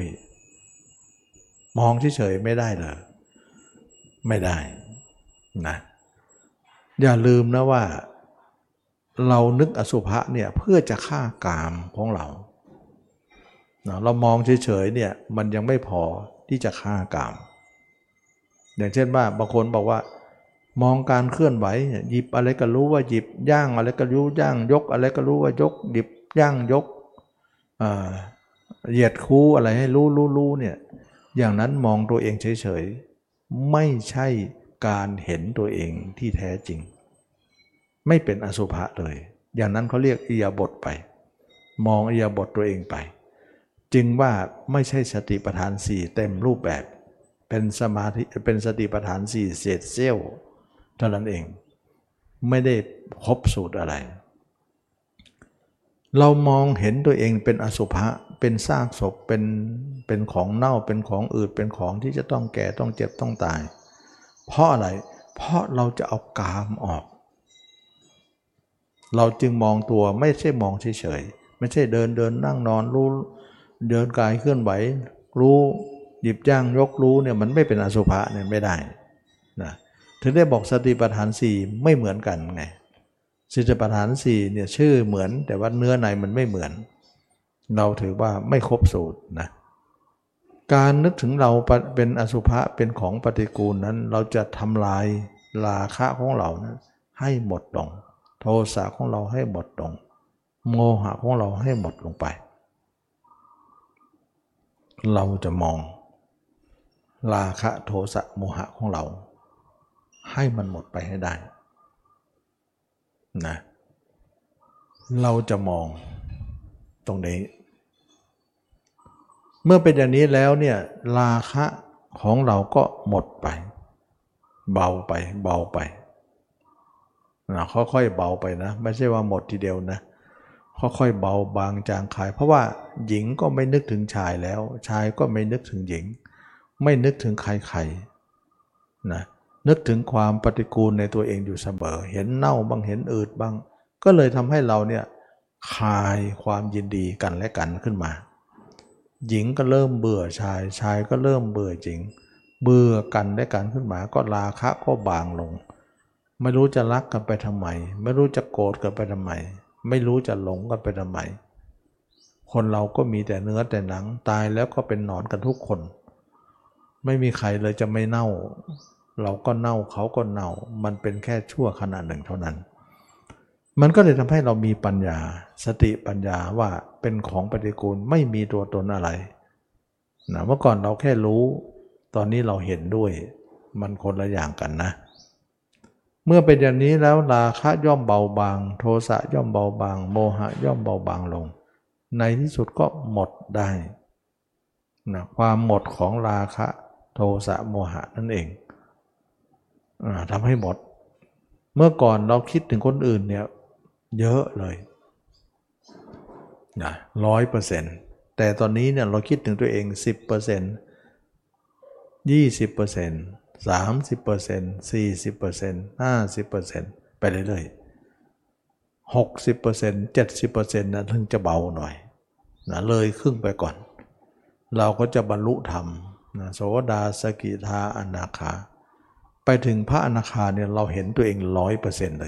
มองเฉยๆไม่ได้เลยไม่ได้นะอย่าลืมนะว่าเรานึกอสุภะเนี่ยเพื่อจะฆ่ากามของเราเรามองเฉยๆเนี่ยมันยังไม่พอที่จะฆ่ากามอย่างเช่นว่าบางคนบอกว่ามองการเคลื่อนไหวหยิบอะไรก็รู้ว่าหยิบย่างอะไรก็รู้ย่างยกอะไรก็รู้ว่ายกหยิบย่างยกเหยียดคูอะไรให้รู้รู้รู้เนี่ยอย่างนั้นมองตัวเองเฉยๆไม่ใช่การเห็นตัวเองที่แท้จริงไม่เป็นอสุภะเลยอย่างนั้นเขาเรียกอิริยาบถไปมองอิริยาบถตัวเองไปจึงว่าไม่ใช่สติปัฏฐานสี่เต็มรูปแบบเป็นสมาธิเป็นสติปัฏฐานสี่เศษเสี้ยวเท่านั้นเองไม่ได้ครบสูตรอะไรเรามองเห็นตัวเองเป็นอสุภะเป็นซากศพเป็นเป็นของเน่าเป็นของอืดเป็นของที่จะต้องแก่ต้องเจ็บต้องตายเพราะอะไรเพราะเราจะเอากามออกเราจึงมองตัวไม่ใช่มองเฉยๆไม่ใช่เดินเดินนั่งนอนรู้เดินกายเคลื่อนไหวรู้หยิบย่างยกรู้เนี่ยมันไม่เป็นอสุภะเนี่ยไม่ได้นะถึงได้บอกสติปัฏฐานสี่ไม่เหมือนกันไงสติปัฏฐานสี่เนี่ยชื่อเหมือนแต่ว่าเนื้อในมันไม่เหมือนเราถือว่าไม่ครบสูตรนะการนึกถึงเราเป็นอสุภะเป็นของปฏิกูลนั้นเราจะทำลายราคะของเรานะให้หมดลงโทสะของเราให้หมดลงโมหะของเราให้หมดลงไปเราจะมองราคะโทสะโมหะของเราให้มันหมดไปให้ได้นะเราจะมองตรงนี้เมื่อเป็นอย่างนี้แล้วเนี่ยราคะของเราก็หมดไปเบาไปเบาไปนะค่อยๆเบาไปนะไม่ใช่ว่าหมดทีเดียวนะค่อยๆเบาบางจางคายเพราะว่าหญิงก็ไม่นึกถึงชายแล้วชายก็ไม่นึกถึงหญิงไม่นึกถึงใครๆนะนึกถึงความปฏิกูลในตัวเองอยู่เสมอเห็นเน่าบ้างเห็นอืดบ้างก็เลยทำให้เราเนี่ยคลายความยินดีกันและกันขึ้นมาหญิงก็เริ่มเบื่อชายชายก็เริ่มเบื่อหญิงเบื่อกันและกันขึ้นมาก็ราคะก็บางลงไม่รู้จะรักกันไปทำไมไม่รู้จะโกรธกันไปทำไมไม่รู้จะหลงกันไปทำไมคนเราก็มีแต่เนื้อแต่หนังตายแล้วก็เป็นหนอนกันทุกคนไม่มีใครเลยจะไม่เน่าเราก็เน่าเขาก็เน่ามันเป็นแค่ชั่วขณะหนึ่งเท่านั้นมันก็เลยทำให้เรามีปัญญาสติปัญญาว่าเป็นของปฏิกูลไม่มีตัวตนอะไรนะเมื่อก่อนเราแค่รู้ตอนนี้เราเห็นด้วยมันคนละอย่างกันนะเมื่อเป็นอย่างนี้แล้วราคะย่อมเบาบางโทสะย่อมเบาบางโมหะย่อมเบาบางลงในที่สุดก็หมดได้นะความหมดของราคะโทสะโมหะนั่นเองทำให้หมดเมื่อก่อนเราคิดถึงคนอื่นเนี่ยเยอะเลยนะร้อยเปอร์เซ็นต์แต่ตอนนี้เนี่ยเราคิดถึงตัวเองสิบเปอร์เซ็นต์ยี่สิบเปอร์เซ็นต์สามสิบเปอร์เซ็นต์สี่สิบเปอร์เซ็นต์ห้าสิบเปอร์เซ็นต์ไปเรื่อยๆหกสิบเปอร์เซ็นต์เจ็ดสิบเปอร์เซ็นต์นะถึงจะเบาหน่อยนะเลยครึ่งไปก่อนเราก็จะบรรลุธรรมนะโสดาสกิทาอนาคาไปถึงพระอนาคาเนี่ยเราเห็นตัวเองร้อยเปอร์เซ็นต์เลย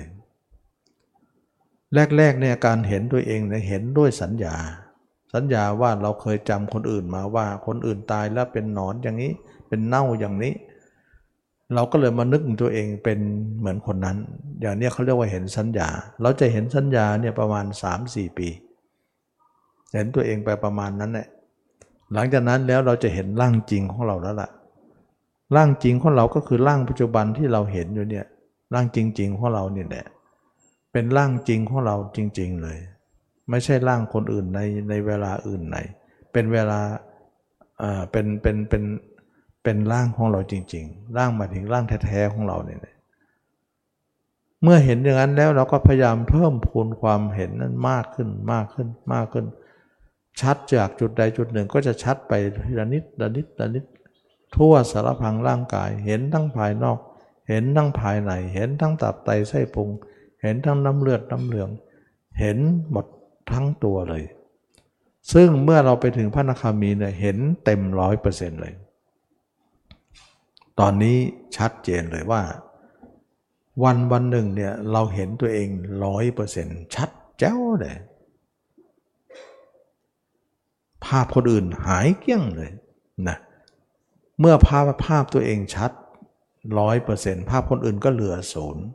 แรกๆเนี่ยการเห็นตัวเองเนี่ยเห็นด้วยสัญญาสัญญาว่าเราเคยจำคนอื่นมาว่าคนอื่นตายแล้วเป็นหนอนอย่างนี้เป็นเน่าอย่างนี้เราก็เลยมานึกตัวเองเป็นเหมือนคนนั้นอย่างนี้เขาเรียกว่าเห็นสัญญาเราจะเห็นสัญญาเนี่ยประมาณ สามถึงสี่ ปีเห็นตัวเองไปประมาณนั้นแหละหลังจากนั้นแล้วเราจะเห็นร่างจริงของเราแล้วล่ะร่างจริงของเราก็คือร่างปัจจุบันที่เราเห็นอยู่เนี่ยร่างจริงๆของเราเนี่ยแหละเป็นร่างจริงของเราจริงๆเลยไม่ใช่ร่างคนอื่นในในเวลาอื่นไหนเป็นเวลาอ่าเป็นเป็นเป็นเป็นร่างของเราจริงๆร่างหมายถึงร่างแท้ๆของเราเนี่ยเมื่อเห็นอย่างนั้นแล้วเราก็พยายามเพิ่มพูนความเห็นนั้นมากขึ้นมากขึ้นมากขึ้นชัดจากจุดใดจุดหนึ่งก็จะชัดไปทีละนิดละนิดละนิดทั่วสารพังร่างกายเห็นทั้งภายนอกเห็นทั้งภายในเห็นทั้งตับไตไส้พุงเห็นทั้งน้ำเลือดน้ำเหลืองเห็นหมดทั้งตัวเลยซึ่งเมื่อเราไปถึงพระอนาคามีเนี่ยเห็นเต็มร้อยเปอร์เซ็นต์เลยตอนนี้ชัดเจนเลยว่าวันวันหนึ่งเนี่ยเราเห็นตัวเองร้อยเปอร์เซ็นต์ชัดแจ๋วเลยภาพคนอื่นหายเกลี้ยงเลยนะเมื่อภาพภาพตัวเองชัดร้อยเปอร์เซ็นต์ภาพคนอื่นก็เหลือศูนย์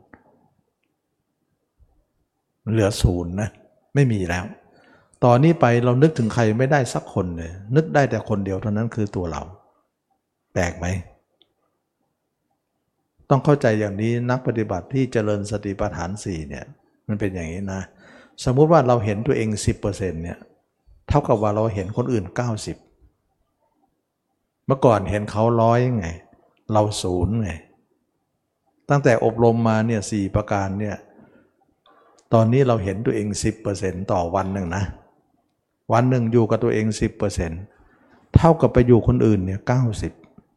เหลือศูนย์นะไม่มีแล้วตอนนี้ไปเรานึกถึงใครไม่ได้สักคนเลยนึกได้แต่คนเดียวเท่านั้นคือตัวเราแปลกไหมต้องเข้าใจอย่างนี้นักปฏิบัติที่เจริญสติปัฏฐานสี่เนี่ยมันเป็นอย่างนี้นะสมมุติว่าเราเห็นตัวเอง สิบเปอร์เซ็นต์ เนี่ยเท่ากับว่าเราเห็นคนอื่นเก้าสิบเมื่อก่อนเห็นเขาร้อยไงเราศูนย์ไงตั้งแต่อบรมมาเนี่ยสี่ประการเนี่ยตอนนี้เราเห็นตัวเอง สิบเปอร์เซ็นต์ ต่อวันหนึ่งนะวันหนึ่งอยู่กับตัวเอง สิบเปอร์เซ็นต์ เท่ากับไปอยู่คนอื่นเนี่ยเก้าสิบ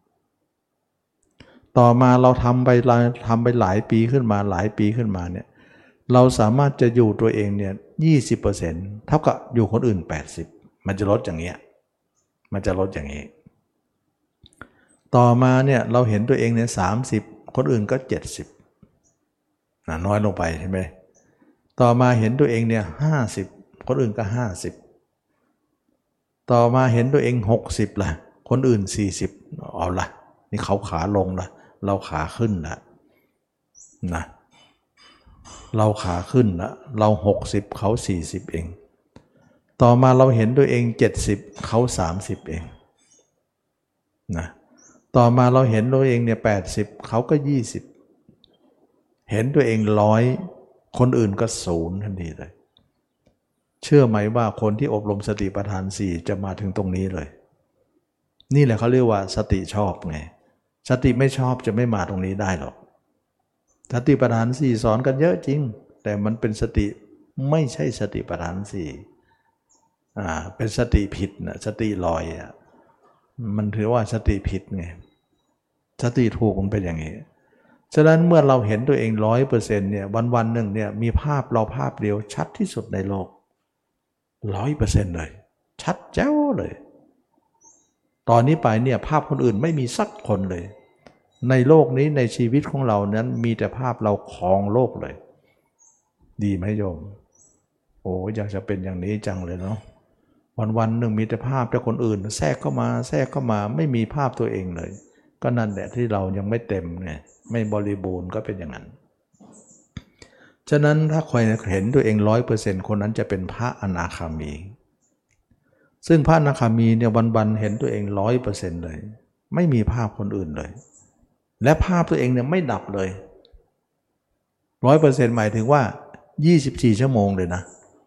ต่อมาเราทำไปทำไปหลายปีขึ้นมาหลายปีขึ้นมาเนี่ยเราสามารถจะอยู่ตัวเองเนี่ย ยี่สิบเปอร์เซ็นต์ เท่ากับอยู่คนอื่นแปดสิบมันจะลดอย่างเงี้ยมันจะลดอย่างนี้ต่อมาเนี่ยเราเห็นตัวเองเนี่ยสามสิบคนอื่นก็เจ็ดสิบนะน้อยลงไปใช่ไหมต่อมาเห็นตัวเองเนี่ยห้าสิบคนอื่นก็ห้าสิบต่อมาเห็นตัวเองหกสิบล่ะคนอื่นสี่สิบเอาล่ะนี่เขาขาลงละเราขาขึ้นละนะเราขาขึ้นละเราหกสิบเขาสี่สิบเองต่อมาเราเห็นตัวเองเจ็ดสิบเขาสามสิบเองนะต่อมาเราเห็นตัวเองเนี่ยแปดสิบเขาก็ยี่สิบเห็นตัวเองร้อยคนอื่นก็ศูนย์ทันทีเลยเชื่อไหมว่าคนที่อบรมสติปัฏฐานสี่จะมาถึงตรงนี้เลยนี่แหละเขาเรียกว่าสติชอบไงสติไม่ชอบจะไม่มาตรงนี้ได้หรอกสติปัฏฐานสี่สอนกันเยอะจริงแต่มันเป็นสติไม่ใช่สติปัฏฐานสี่อ่าเป็นสติผิดนะสติลอยอ่ะมันถือว่าสติผิดไงสติถูกมันเป็นอย่างนี้ฉะนั้นเมื่อเราเห็นตัวเองร้อยเปอร์เซ็นต์เนี่ยวันวันหนึ่งเนี่ยมีภาพเราภาพเดียวชัดที่สุดในโลกร้อยเปอร์เซ็นต์เลยชัดแจ๋วเลยตอนนี้ไปเนี่ยภาพคนอื่นไม่มีสักคนเลยในโลกนี้ในชีวิตของเรานั้นมีแต่ภาพเราครองโลกเลยดีไหมโยมโอ้อยากจะเป็นอย่างนี้จังเลยเนาะวันวันหนึ่งมีแต่ภาพแต่คนอื่นแทรกเข้ามาแทรกเข้ามาไม่มีภาพตัวเองเลยก็นั่นแหละที่เรายังไม่เต็มไงไม่บริบูรณ์ก็เป็นอย่างนั้นฉะนั้นถ้าใครเห็นตัวเองร้อยเปอร์เซ็นต์คนนั้นจะเป็นพระอนาคามีซึ่งพระอนาคามีเนี่ยวันๆเห็นตัวเองร้อยเปอร์เซ็นต์เลยไม่มีภาพคนอื่นเลยและภาพตัวเองเนี่ยไม่ดับเลยร้อยเปอร์เซ็นต์หมายถึงว่ายี่สิบสี่ชั่วโมงเลยนะ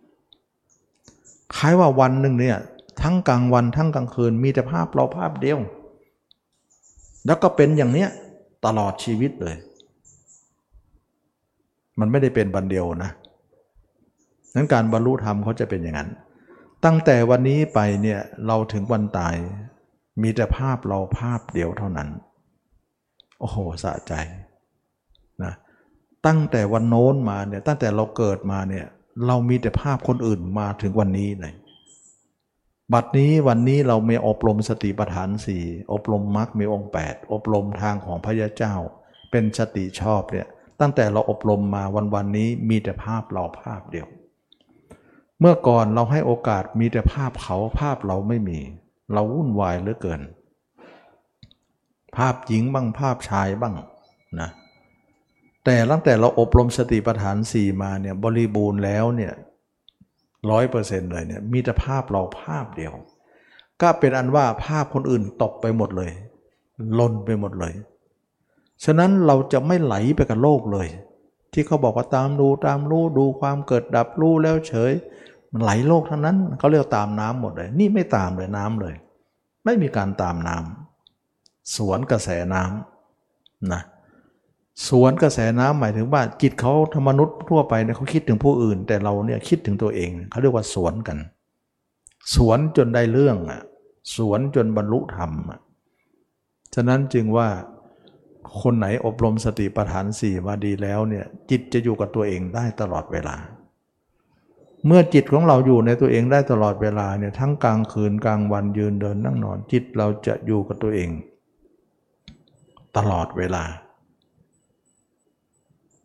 คล้ายว่าวันหนึ่งเนี่ยทั้งกลางวันทั้งกลางคืนมีแต่ภาพเราภาพเดียวแล้วก็เป็นอย่างเนี้ยตลอดชีวิตเลยมันไม่ได้เป็นวันเดียวนะนั้นการบรรลุธรรมเขาจะเป็นอย่างนั้นตั้งแต่วันนี้ไปเนี่ยเราถึงวันตายมีแต่ภาพเราภาพเดียวเท่านั้นโอ้โหสะใจนะตั้งแต่วันโน้นมาเนี่ยตั้งแต่เราเกิดมาเนี่ยเรามีแต่ภาพคนอื่นมาถึงวันนี้เลยบัดนี้วันนี้เรามีอบรมสติปัฏฐานสี่อบรมมรรคมีองค์แปดอบรมทางของพระยาเจ้าเป็นสติชอบเนี่ยตั้งแต่เราอบรมมาวันวันนี้มีแต่ภาพเราภาพเดียวเมื่อก่อนเราให้โอกาสมีแต่ภาพเขาภาพเราไม่มีเราวุ่นวายเหลือเกินภาพหญิงบ้างภาพชายบ้างนะแต่ตั้งแต่เราอบรมสติปัฏฐานสี่มาเนี่ยบริบูรณ์แล้วเนี่ยร้อยเปอร์เซ็นต์เลยเนี่ยมีแต่ภาพเราภาพเดียวก็เป็นอันว่าภาพคนอื่นตกไปหมดเลยล้นไปหมดเลยฉะนั้นเราจะไม่ไหลไปกับโลกเลยที่เขาบอกว่าตามดูตามรู้ดูความเกิดดับรู้แล้วเฉยมันไหลโลกทั้งนั้นเขาเรียกตามน้ำหมดเลยนี่ไม่ตามเลยน้ำเลยไม่มีการตามน้ำสวนกระแสน้ำนะสวนกระแสน้ำหมายถึงว่าจิตเขาธรรมนุษย์ทั่วไปเนี่ยเขาคิดถึงผู้อื่นแต่เราเนี่ยคิดถึงตัวเองเขาเรียกว่าสวนกันสวนจนได้เรื่องอ่ะสวนจนบรรลุธรรมอ่ะฉะนั้นจึงว่าคนไหนอบรมสติปัฏฐานสี่มาดีแล้วเนี่ยจิตจะอยู่กับตัวเองได้ตลอดเวลาเมื่อจิตของเราอยู่ในตัวเองได้ตลอดเวลาเนี่ยทั้งกลางคืนกลางวันยืนเดินนั่งนอนจิตเราจะอยู่กับตัวเองตลอดเวลา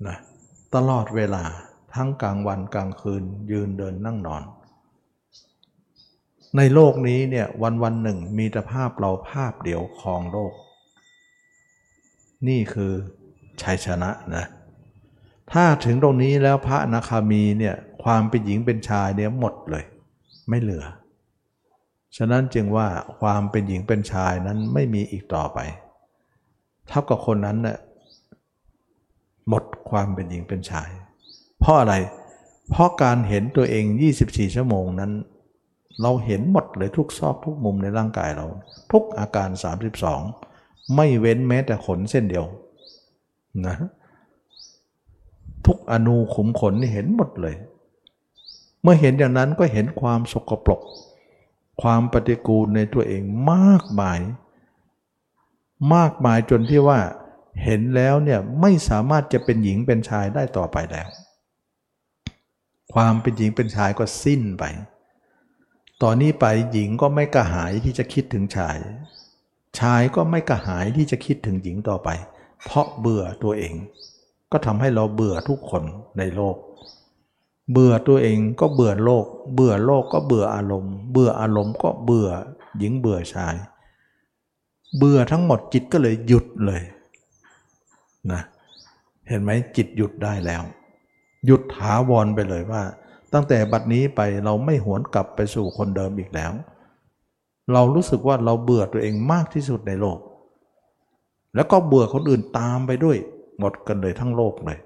นะตลอดเวลาทั้งกลางวันกลางคืนยืนเดินนั่งนอนในโลกนี้เนี่ยวันวันหนึ่งมีแต่ภาพเราภาพเดียวครองโลกนี่คือชัยชนะนะถ้าถึงตรงนี้แล้วพระอนาคามีเนี่ยความเป็นหญิงเป็นชายเนี่ยหมดเลยไม่เหลือฉะนั้นจึงว่าความเป็นหญิงเป็นชายนั้นไม่มีอีกต่อไปเท่ากับคนนั้นน่ะหมดความเป็นหญิงเป็นชายเพราะอะไรเพราะการเห็นตัวเองยี่สิบสี่ชั่วโมงนั้นเราเห็นหมดเลยทุกซอกทุกมุมในร่างกายเราทุกอาการสามสิบสองไม่เว้นแม้แต่ขนเส้นเดียวนะทุกอนูขุมขนนี่เห็นหมดเลยเมื่อเห็นอย่างนั้นก็เห็นความสกปรกความปฏิกูลในตัวเองมากมายมากมายจนที่ว่าเห็นแล้วเนี่ยไม่สามารถจะเป็นหญิงเป็นชายได้ต่อไปแล้วความเป็นหญิงเป็นชายก็สิ้นไปตอนนี้ไปหญิงก็ไม่กระหายที่จะคิดถึงชายชายก็ไม่กระหายที่จะคิดถึงหญิงต่อไปเพราะเบื่อตัวเองก็ทำให้เราเบื่อทุกคนในโลกเบื่อตัวเองก็เบื่อโลกเบื่อโลกก็เบื่ออารมณ์เบื่ออารมณ์ก็เบื่อหญิงเบื่อชายเบื่อทั้งหมดจิตก็เลยหยุดเลยนะเห็นไหมจิตหยุดได้แล้วหยุดถาวรไปเลยว่าตั้งแต่บัดนี้ไปเราไม่หวนกลับไปสู่คนเดิมอีกแล้วเรารู้สึกว่าเราเบื่อตัวเองมากที่สุดในโลกแล้วก็เบื่อคนอื่นตามไปด้วยหมดกันเลยทั้งโลกเลย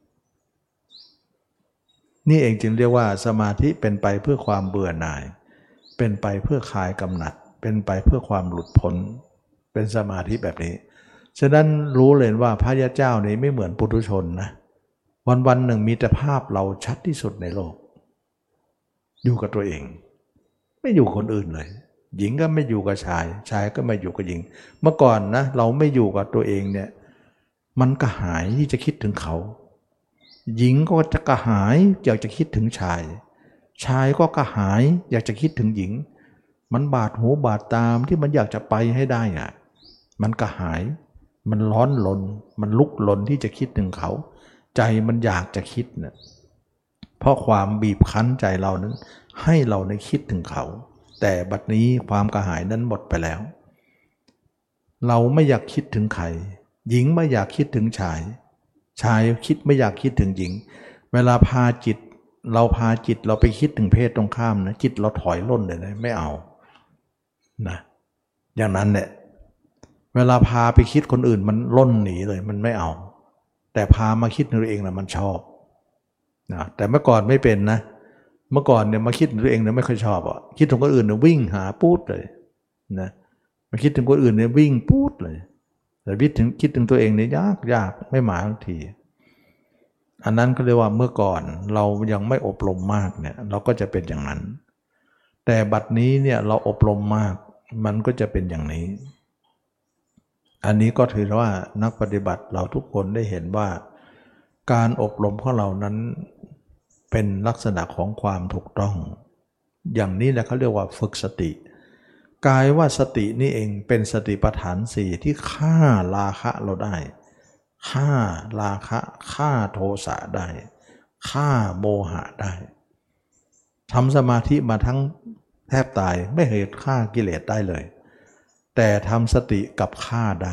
นี่เองจึงเรียกว่าสมาธิเป็นไปเพื่อความเบื่อหน่ายเป็นไปเพื่อคลายกำหนัดเป็นไปเพื่อความหลุดพ้นเป็นสมาธิแบบนี้ฉะนั้นรู้เลยว่าพระยาเจ้านี้ไม่เหมือนปุถุชนนะวันวันหนึ่งมีแต่ภาพเราชัดที่สุดในโลกอยู่กับตัวเองไม่อยู่คนอื่นเลยหญิงก็ไม่อยู่กับชายชายก็ไม่อยู่กับหญิงเมื่อก่อนนะเราไม่อยู่กับตัวเองเนี่ยมันกระหายที่จะคิดถึงเขาหญิงก็จะกระหายอยากจะคิดถึงชายชายก็กระหายอยากจะคิดถึงหญิงมันบาดหูบาดตามที่มันอยากจะไปให้ได้อ่ะมันกระหายมันร้อนลนมันลุกลนที่จะคิดถึงเขาใจมันอยากจะคิดเนี่ยเพราะความบีบคั้นใจเรานั้นให้เราในคิดถึงเขาแต่บัดนี้ความกระหายนั้นหมดไปแล้วเราไม่อยากคิดถึงใครหญิงไม่อยากคิดถึงชายชายคิดไม่อยากคิดถึงหญิงเวลาพาจิตเราพาจิตเราไปคิดถึงเพศตรงข้ามนะจิตเราถอยล่นเลยนะไม่เอานะอย่างนั้นเนี่ยเวลาพาไปคิดคนอื่นมันล่นหนีเลยมันไม่เอาแต่พามาคิดถึงตัวเองนะมันชอบนะแต่เมื่อก่อนไม่เป็นนะเมื่อก่อนเนี่ยมาคิดถึงตัวเองเนี่ยไม่ค่อยชอบอ่ะคิดถึงคนอื่นเนี่ยวิ่งหาปู๊ดเลยนะมาคิดถึงคนอื่นเนี่ยวิ่งปู๊ดเลยแต่คิดถึงคิดถึงตัวเองเนี่ยยากยากไม่มาทันทีอันนั้นก็เรียกว่าเมื่อก่อนเรายังไม่อบรมมากเนี่ยเราก็จะเป็นอย่างนั้นแต่บัดนี้เนี่ยเราอบรมมากมันก็จะเป็นอย่างนี้อันนี้ก็ถือว่านักปฏิบัติเราทุกคนได้เห็นว่าการอบรมของเรานั้นเป็นลักษณะของความถูกต้องอย่างนี้แหละเขาเรียกว่าฝึกสติกายว่าสตินี่เองเป็นสติปัฏฐานสี่ที่ฆ่าราคะเราได้ฆ่าราคะฆ่าโทสะได้ฆ่าโมหะได้ทำสมาธิมาทั้งแทบตายไม่เคยฆ่ากิเลสได้เลยแต่ทำสติกับฆ่าได้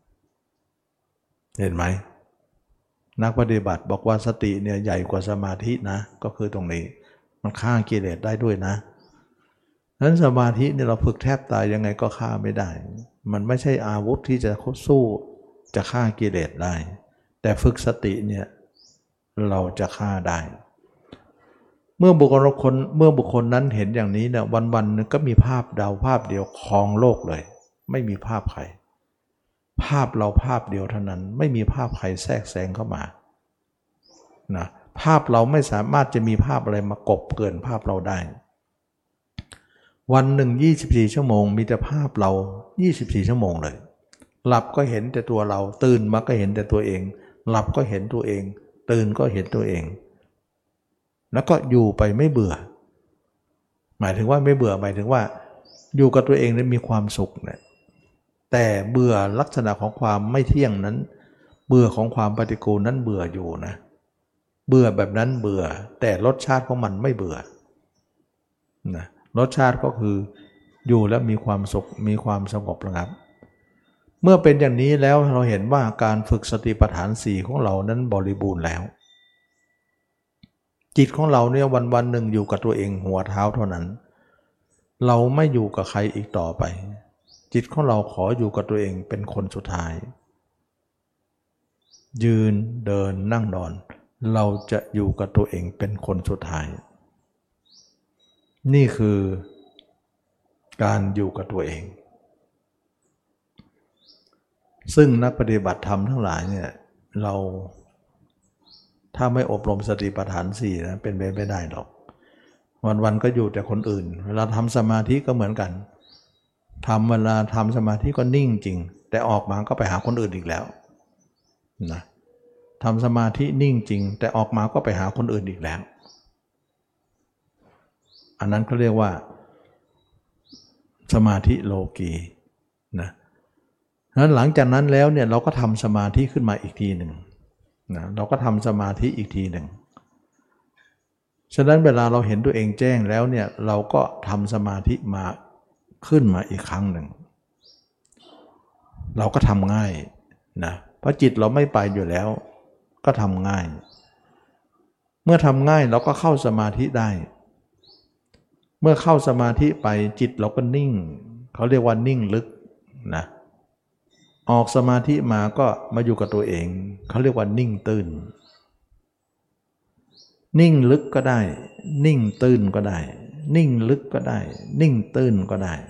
เห็นไหมนักปฏิบัติบอกว่าสติเนี่ยใหญ่กว่าสมาธินะก็คือตรงนี้มันฆ่ากิเลสได้ด้วยนะนั้นสมาธิเนี่ยเราฝึกแทบตายยังไงก็ฆ่าไม่ได้มันไม่ใช่อาวุธที่จะสู้จะฆ่ากิเลสได้แต่ฝึกสติเนี่ยเราจะฆ่าได้เมื่อบุคคลคนเมื่อบุคคลนั้นเห็นอย่างนี้เนี่ยวันๆนึงก็มีภาพดาวภาพเดียวครองโลกเลยไม่มีภาพใครภาพเราภาพเดียวเท่านั้นไม่มีภาพใครแทรกแซงเข้ามานะภาพเราไม่สามารถจะมีภาพอะไรมากบเกินภาพเราได้วันหนึ่งยี่สิบสี่ชั่วโมงมีแต่ภาพเรายี่สิบสี่ชั่วโมงเลยหลับก็เห็นแต่ตัวเราตื่นมาก็เห็นแต่ตัวเองหลับก็เห็นตัวเองตื่นก็เห็นตัวเองแล้วก็อยู่ไปไม่เบื่อหมายถึงว่าไม่เบื่อหมายถึงว่าอยู่กับตัวเองแล้วมีความสุขเนี่ยแต่เบื่อลักษณะของความไม่เที่ยงนั้นเบื่อของความปฏิกูลนั้นเบื่ออยู่นะเบื่อแบบนั้นเบื่อแต่รสชาติของมันไม่เบื่อนะรสชาติก็คืออยู่แล้วมีความสุขมีความสงบระงับเมื่อเป็นอย่างนี้แล้วเราเห็นว่าการฝึกสติปัฏฐานสี่ของเรานั้นบริบูรณ์แล้วจิตของเราเนี่ยวันวันหนึ่งอยู่กับตัวเองหัวเท้าเท่านั้นเราไม่อยู่กับใครอีกต่อไปจิตของเราขออยู่กับตัวเองเป็นคนสุดท้ายยืนเดินนั่งนอนเราจะอยู่กับตัวเองเป็นคนสุดท้ายนี่คือการอยู่กับตัวเองซึ่งนักปฏิบัติธรรมทั้งหลายเนี่ยเราถ้าไม่อบรมสติปัฏฐานสี่นะเป็นไปไม่ได้หรอกวันๆก็อยู่แต่คนอื่นเวลาทำสมาธิก็เหมือนกันทำเวลาทำสมาธิก็นิ่งจริงแต่ออกมาก็ไปหาคนอื่นอีกแล้วนะทำสมาธินิ่งจริงแต่ออกมาก็ไปหาคนอื่นอีกแล้วอันนั้นเขาเรียกว่าสมาธิโลกีนะนั้นหลังจากนั้นแล้วเนี่ยเราก็ทำสมาธิขึ้นมาอีกทีหนึ่งนะเราก็ทำสมาธิอีกทีหนึ่งฉะนั้นเวลาเราเห็นตัวเองแจ้งแล้วเนี่ยเราก็ทำสมาธิมาขึ้นมาอีกครั้งหนึ่งเราก็ทำง่ายนะเพราะจิตเราไม่ไปอยู่แล้วก็ทำง่ายเมื่อทำง่ายเราก็เข้าสมาธิได้เมื่อเข้าสมาธิไปจิตเราก็นิ่งเขาเรียกว่านิ่งลึกนะออกสมาธิมาก็มาอยู่กับตัวเองเขาเรียกว่านิ่งตื้นนิ่งลึกก็ได้นิ่งตื้นก็ได้นิ่งลึกก็ได้นิ่งตื้นก็ได้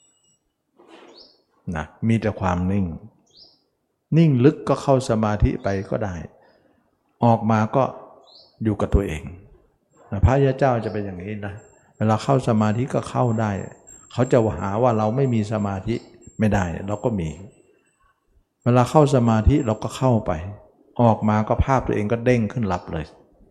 นะมีแต่ความนิ่งนิ่งลึกก็เข้าสมาธิไปก็ได้ออกมาก็อยู่กับตัวเองนะพระยาเจ้าจะเป็นอย่างนี้นะเวลาเข้าสมาธิก็เข้าได้เขาจะหาว่าเราไม่มีสมาธิไม่ได้เราก็มีเวลาเข้าสมาธิเราก็เข้าไปออกมาก็ภาพตัวเองก็เด้งขึ้นหลับเลย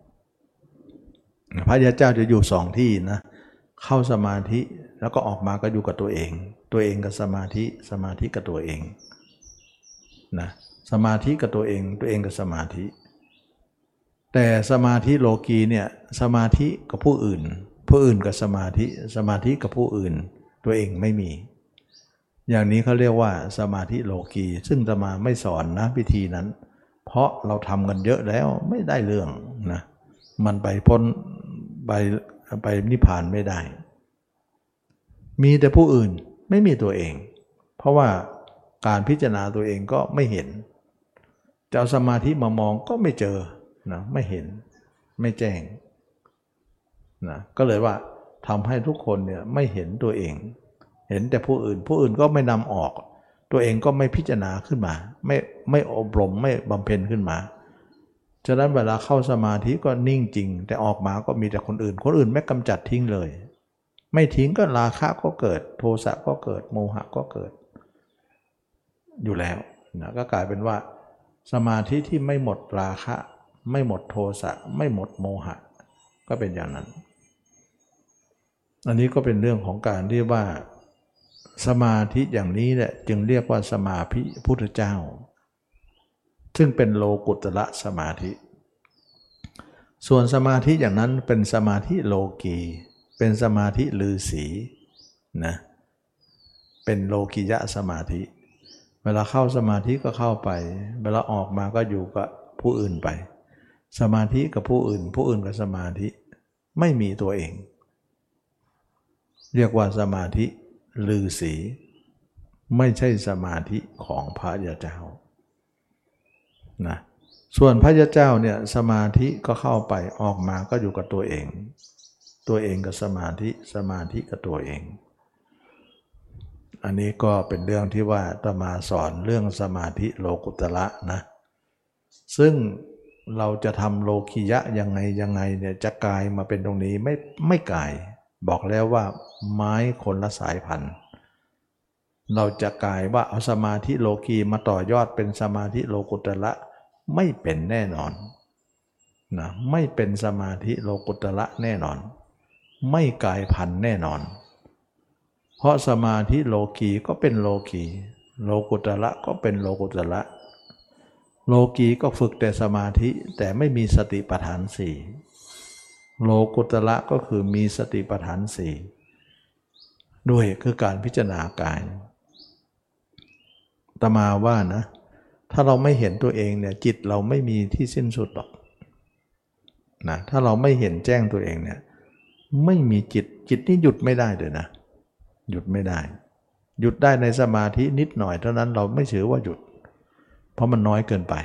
พระยาเจ้าจะอยู่สองที่นะเข้าสมาธิแล้วก็ออกมาก็อยู่กับตัวเองตัวเองกับสมาธิสมาธิกับตัวเองนะสมาธิกับตัวเองตัวเองกับสมาธิแต่สมาธิโลกีเนี่ยสมาธิกับผู้อื่นผู้อื่นกับสมาธิสมาธิกับผู้อื่นตัวเองไม่มีอย่างนี้เขาเรียกว่าสมาธิโลกีซึ่งอาตมาไม่สอนนะวิธีนั้นเพราะเราทำกันเยอะแล้วไม่ได้เรื่องนะมันไปพ้นไปไปนิพพานไม่ได้มีแต่ผู้อื่นไม่มีตัวเองเพราะว่าการพิจารณาตัวเองก็ไม่เห็นจะเอาสมาธิมามองก็ไม่เจอนะไม่เห็นไม่แจ้งนะก็เลยว่าทำให้ทุกคนเนี่ยไม่เห็นตัวเองเห็นแต่ผู้อื่นผู้อื่นก็ไม่นำออกตัวเองก็ไม่พิจารณาขึ้นมาไม่ไม่อบรมไม่บำเพ็ญขึ้นมาฉะนั้นเวลาเข้าสมาธิก็นิ่งจริงแต่ออกมาก็มีแต่คนอื่นคนอื่นไม่กำจัดทิ้งเลยไม่ทิ้งก็ราคะก็เกิดโทสะก็เกิดโมหะก็เกิดอยู่แล้วนะก็กลายเป็นว่าสมาธิที่ไม่หมดราคะไม่หมดโทสะไม่หมดโมหะก็เป็นอย่างนั้นอันนี้ก็เป็นเรื่องของการที่ว่าสมาธิอย่างนี้แหละจึงเรียกว่าสมาธิพุทธเจ้าซึ่งเป็นโลกุตระสมาธิส่วนสมาธิอย่างนั้นเป็นสมาธิโลกีเป็นสมาธิฤาษีนะเป็นโลกิยะสมาธิเวลาเข้าสมาธิก็เข้าไปเวลาออกมาก็อยู่กับผู้อื่นไปสมาธิกับผู้อื่นผู้อื่นกับสมาธิไม่มีตัวเองเรียกว่าสมาธิฤาษีไม่ใช่สมาธิของพระยาเจ้านะส่วนพระยาเจ้าเนี่ยสมาธิก็เข้าไปออกมาก็อยู่กับตัวเองตัวเองกับสมาธิสมาธิกับตัวเองอันนี้ก็เป็นเรื่องที่ว่าอาตมาสอนเรื่องสมาธิโลกุตระนะซึ่งเราจะทำโลคิยะยังไงยังไงเนี่ยจะกลายมาเป็นตรงนี้ไม่ไม่กลายบอกแล้วว่าไม้คนละสายพันธุ์เราจะกลายว่าเอาสมาธิโลกีมาต่อยอดเป็นสมาธิโลกุตระไม่เป็นแน่นอนนะไม่เป็นสมาธิโลกุตระแน่นอนไม่กลายพันธุ์แน่นอนเพราะสมาธิโลกีก็เป็นโลกีโลกุตระก็เป็นโลกุตระโลกีก็ฝึกแต่สมาธิแต่ไม่มีสติปัฏฐานสี่โลกุตระก็คือมีสติปัฏฐานสี่ด้วยคือการพิจารณากายอาตมาว่านะถ้าเราไม่เห็นตัวเองเนี่ยจิตเราไม่มีที่สิ้นสุดหรอกนะถ้าเราไม่เห็นแจ้งตัวเองเนี่ยไม่มีจิตจิตนี่หยุดไม่ได้เลยนะหยุดไม่ได้หยุดได้ในสมาธินิดหน่อยเท่านั้นเราไม่ถือว่าหยุดเพราะมันน้อยเกินไป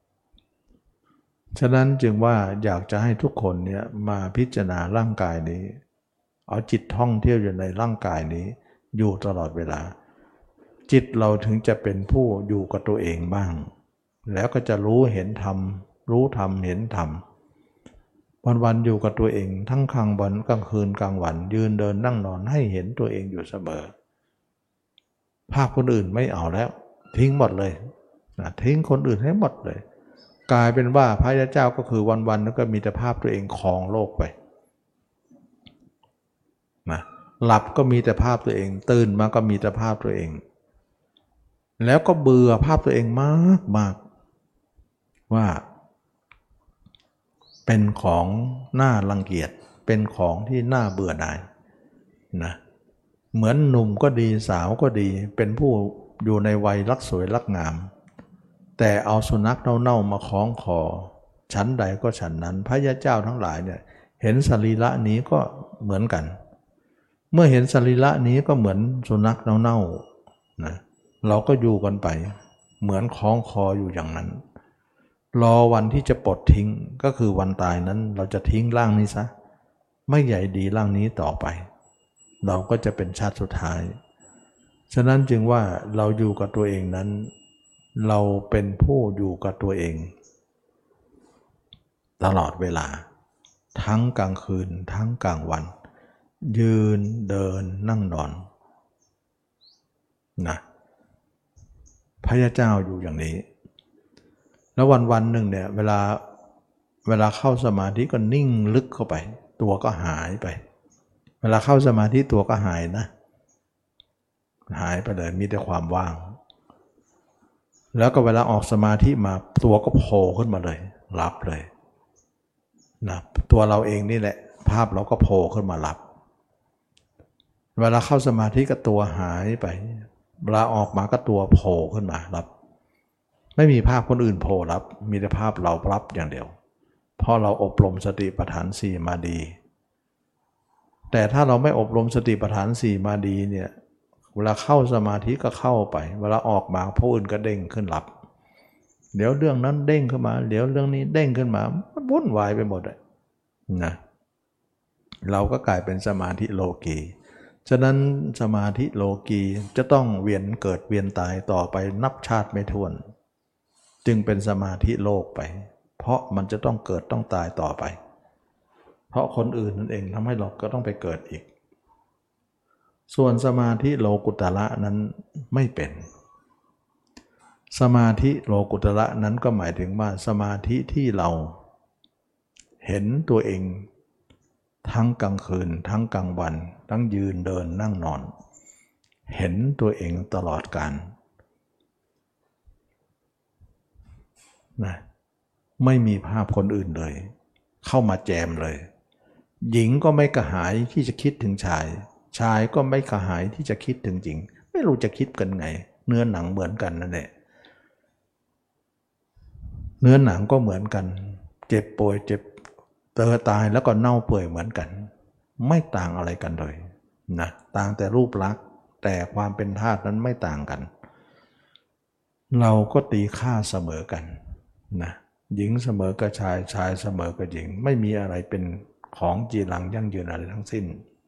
ฉะนั้นจึงว่าอยากจะให้ทุกคนเนี่ยมาพิจารณาร่างกายนี้เอาจิตท่องเที่ยวอยู่ในร่างกายนี้อยู่ตลอดเวลาจิตเราถึงจะเป็นผู้อยู่กับตัวเองบ้างแล้วก็จะรู้เห็นธรรมรู้ธรรมเห็นธรรมวันๆอยู่กับตัวเองทั้งกลางวันกลางคืนกลางวันยืนเดินนั่งนอนให้เห็นตัวเองอยู่เสมอภาพคนอื่นไม่เอาแล้วทิ้งหมดเลยนะทิ้งคนอื่นให้หมดเลยกลายเป็นว่าพระยาเจ้าก็คือวันๆแล้วก็มีแต่ภาพตัวเองครองโลกไปนะหลับก็มีแต่ภาพตัวเองตื่นมาก็มีแต่ภาพตัวเองแล้วก็เบื่อภาพตัวเองมากมากว่าเป็นของน่ารังเกียจเป็นของที่น่าเบื่อหน่ายนะเหมือนหนุ่มก็ดีสาวก็ดีเป็นผู้อยู่ในวัยรักสวยรักงามแต่เอาสุนัขเน่าๆมาคล้องคอฉันใดก็ฉันนั้นพระยาเจ้าทั้งหลายเนี่ยเห็นสรีระนี้ก็เหมือนกันเมื่อเห็นสรีระนี้ก็เหมือนสุนัขเน่าๆนะเราก็อยู่กันไปเหมือนคล้องคออยู่อย่างนั้นรอวันที่จะปลดทิ้งก็คือวันตายนั้นเราจะทิ้งร่างนี้ซะไม่ใหญ่ดีร่างนี้ต่อไปเราก็จะเป็นชาติสุดท้ายฉะนั้นจึงว่าเราอยู่กับตัวเองนั้นเราเป็นผู้อยู่กับตัวเองตลอดเวลาทั้งกลางคืนทั้งกลางวันยืนเดินนั่งนอนนะพระยาเจ้าอยู่อย่างนี้แล้ววันวันหนึ่งเนี่ยเวลาเวลาเข้าสมาธิก็นิ่งลึกเข้าไปตัวก็หายไปเวลาเข้าสมาธิตัวก็หายนะหายไปเลยมีแต่ความว่างแล้วก็เวลาออกสมาธิมาตัวก็โผล่ขึ้นมาเลยรับเลยนะตัวเราเองนี่แหละภาพเราก็โผล่ขึ้นมารับเวลาเข้าสมาธิก็ตัวหายไปเวลาออกมาก็ตัวโผล่ขึ้นมารับไม่มีภาพคนอื่นโผล่รับมีแต่ภาพเรารับอย่างเดียวเพราะเราอบรมสติปัฏฐานสี่มาดีแต่ถ้าเราไม่อบรมสติปัฏฐานสี่มาดีเนี่ยเวลาเข้าสมาธิก็เข้าไปเวลาออกมาผู้อื่นก็เด้งขึ้นรับเดี๋ยวเรื่องนั้นเด้งขึ้นมาเดี๋ยวเรื่องนี้เด้งขึ้นมามันวุ่นวายไปหมดเลยนะเราก็กลายเป็นสมาธิโลกีฉะนั้นสมาธิโลกีจะต้องเวียนเกิดเวียนตายต่อไปนับชาติไม่ถ้วนจึงเป็นสมาธิโลกไปเพราะมันจะต้องเกิดต้องตายต่อไปเพราะคนอื่นนั่นเองทำให้เราก็ต้องไปเกิดอีกส่วนสมาธิโลกุตระนั้นไม่เป็นสมาธิโลกุตระนั้นก็หมายถึงว่าสมาธิที่เราเห็นตัวเองทั้งกลางคืนทั้งกลางวันทั้งยืนเดินนั่งนอนเห็นตัวเองตลอดกาลนะไม่มีภาพคนอื่นเลยเข้ามาแจมเลยหญิงก็ไม่กระหายที่จะคิดถึงชายชายก็ไม่กระหายที่จะคิดถึงหญิงไม่รู้จะคิดกันไงเนื้อหนังเหมือนกันนั่นแหละเนื้อหนังก็เหมือนกันเจ็บป่วยเจ็บเตอตายแล้วก็เน่าเปื่อยเหมือนกันไม่ต่างอะไรกันเลยนะต่างแต่รูปลักษณ์แต่ความเป็นธาตุนั้นไม่ต่างกันเราก็ตีค่าเสมอกันนะหญิงเสมอกับชายชายเสมอกับหญิงไม่มีอะไรเป็นของจีรังยั่งยืนอะไรทั้งสิ้น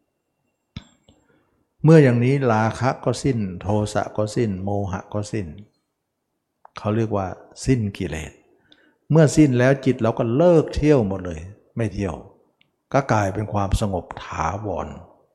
เมื่ออย่างนี้ราคะก็สิ้นโทสะก็สิ้นโมหะก็สิ้นเขาเรียกว่าสิ้นกิเลสเมื่อสิ้นแล้วจิตเราก็เลิกเที่ยวหมดเลยไม่เที่ยวก็กลายเป็นความสงบถาวร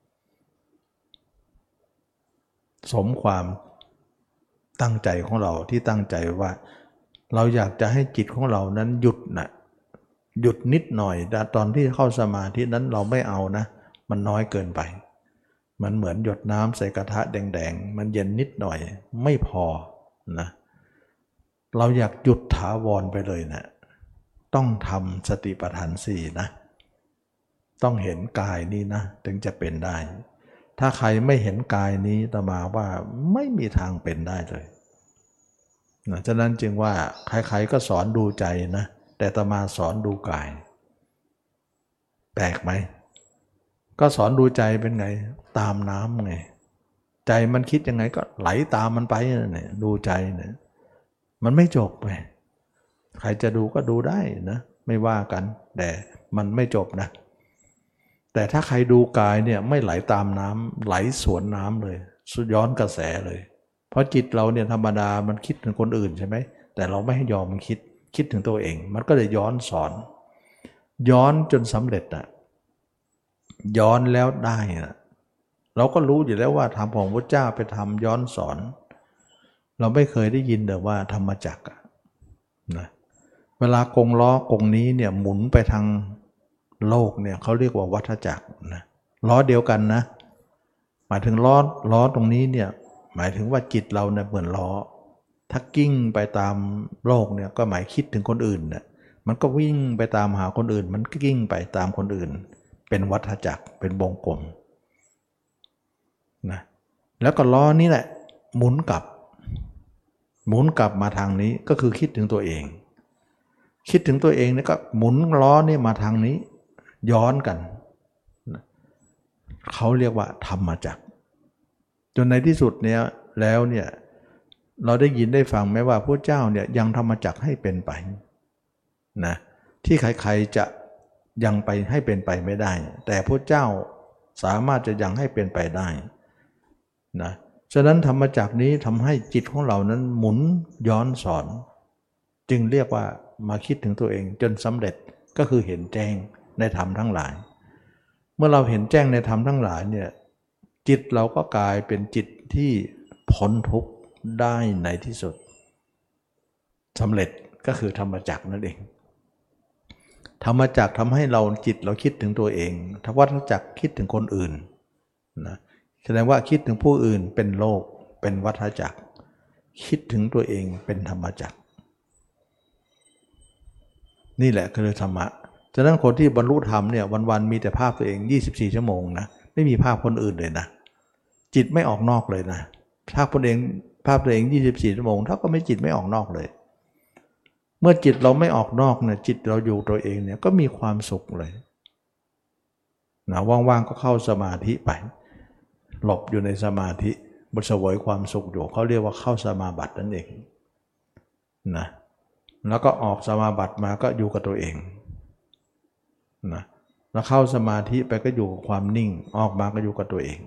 สมความตั้งใจของเราที่ตั้งใจว่าเราอยากจะให้จิตของเรานั้นหยุดนะหยุดนิดหน่อยแต่ตอนที่เข้าสมาธินั้นเราไม่เอานะมันน้อยเกินไปมันเหมือนหยดน้ำใส่กระทะแดงๆมันเย็นนิดหน่อยไม่พอนะเราอยากหยุดถาวรไปเลยนะต้องทำสติปัฏฐานสี่นะต้องเห็นกายนี้นะถึงจะเป็นได้ถ้าใครไม่เห็นกายนี้อาตมาว่าไม่มีทางเป็นได้เลยนะฉะนั้นจึงว่าใครๆก็สอนดูใจนะแต่อาตมาสอนดูกายแปลกไหมก็สอนดูใจเป็นไงตามน้ำไงใจมันคิดยังไงก็ไหลตามมันไปเนี่ยดูใจเนี่ยมันไม่จบไงใครจะดูก็ดูได้นะไม่ว่ากันแต่มันไม่จบนะแต่ถ้าใครดูกายเนี่ยไม่ไหลตามน้ำไหลสวนน้ำเลยสุดย้อนกระแสเลยเพราะจิตเราเนี่ยธรรมดามันคิดถึงคนอื่นใช่ไหมแต่เราไม่ให้ยอมมันคิดคิดถึงตัวเองมันก็เลยย้อนสอนย้อนจนสำเร็จนะย้อนแล้วได้นะเราก็รู้อยู่แล้วว่าธรรมของพระเจ้าไปทำย้อนสอนเราไม่เคยได้ยินแต่ว่าธรรมจักรนะเวลากงล้อกงนี้เนี่ยหมุนไปทางโลกเนี่ยเขาเรียกว่าวัฏจักรนะล้อเดียวกันนะหมายถึงล้อล้อตรงนี้เนี่ยหมายถึงว่าจิตเราเนี่ยเหมือนล้อถ้ากิ้งไปตามโลกเนี่ยก็หมายคิดถึงคนอื่นเนี่ยมันก็วิ่งไปตามหาคนอื่นมันกิ้งไปตามคนอื่นเป็นวัฏจักรเป็นวงกลมนะแล้วก็ล้อนี้แหละหมุนกลับหมุนกลับมาทางนี้ก็คือคิดถึงตัวเองคิดถึงตัวเองนี่ก็หมุนล้อนี่มาทางนี้ย้อนกันเขาเรียกว่าธรรมจักรจนในที่สุดเนี่ยแล้วเนี่ยเราได้ยินได้ฟังไหมว่าพระเจ้าเนี่ยยังธรรมจักรให้เป็นไปนะที่ใครๆจะยังไปให้เป็นไปไม่ได้แต่พระเจ้าสามารถจะยังให้เป็นไปได้นะฉะนั้นธรรมจักรนี้ทำให้จิตของเรานั้นหมุนย้อนสอนจึงเรียกว่ามาคิดถึงตัวเองจนสำเร็จก็คือเห็นแจ้งในธรรมทั้งหลายเมื่อเราเห็นแจ้งในธรรมทั้งหลายเนี่ยจิตเราก็กลายเป็นจิตที่พ้นทุกข์ได้ในที่สุดสำเร็จก็คือธรรมจักรนั่นเองธรรมจักรทำให้เราจิตเราคิดถึงตัวเองถ้าวัฏจักรคิดถึงคนอื่นนะแสดงว่าคิดถึงผู้อื่นเป็นโลกเป็นวัฏจักรคิดถึงตัวเองเป็นธรรมจักรนี่แหละคือธรรมะฉะนั้นคนที่บรรลุธรรมเนี่ยวันๆมีแต่ภาพตัวเองยี่สิบสี่ชั่วโมงนะไม่มีภาพคนอื่นเลยนะจิตไม่ออกนอกเลยนะภาพตัวเองภาพตัวเองยี่สิบสี่ชั่วโมงเท่าก็ไม่จิตไม่ออกนอกเลยเมื่อจิตเราไม่ออกนอกเนี่ยจิตเราอยู่ตัวเองเนี่ยก็มีความสุขเลยนะว่างๆก็เข้าสมาธิไปหลบอยู่ในสมาธิบนเสวยความสุขอยู่เขาเรียกว่าเข้าสมาบัตินั่นเองนะแล้วก็ออกสมาบัติมาก็อยู่กับตัวเองนะแล้วเข้าสมาธิไปก็อยู่กับความนิ่งออกมาก็อยู่กับตัวเอง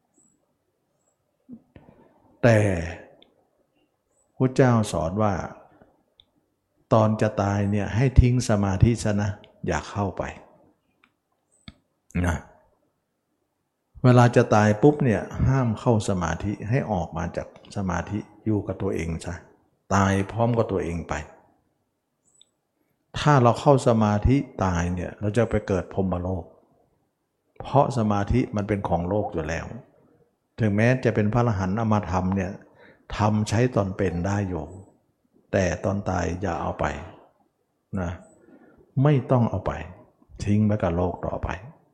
แต่พระเจ้าสอนว่าตอนจะตายเนี่ยให้ทิ้งสมาธิซะนะอย่าเข้าไปนะเวลาจะตายปุ๊บเนี่ยห้ามเข้าสมาธิให้ออกมาจากสมาธิอยู่กับตัวเองซะตายพร้อมกับตัวเองไปถ้าเราเข้าสมาธิตายเนี่ยเราจะไปเกิดพรหมโลกเพราะสมาธิมันเป็นของโลกอยู่แล้วถึงแม้จะเป็นพระอรหันต์เอามาทำเนี่ยทำใช้ตอนเป็นได้อยู่แต่ตอนตายอย่าเอาไปนะไม่ต้องเอาไปทิ้งไว้กับโลกต่อไป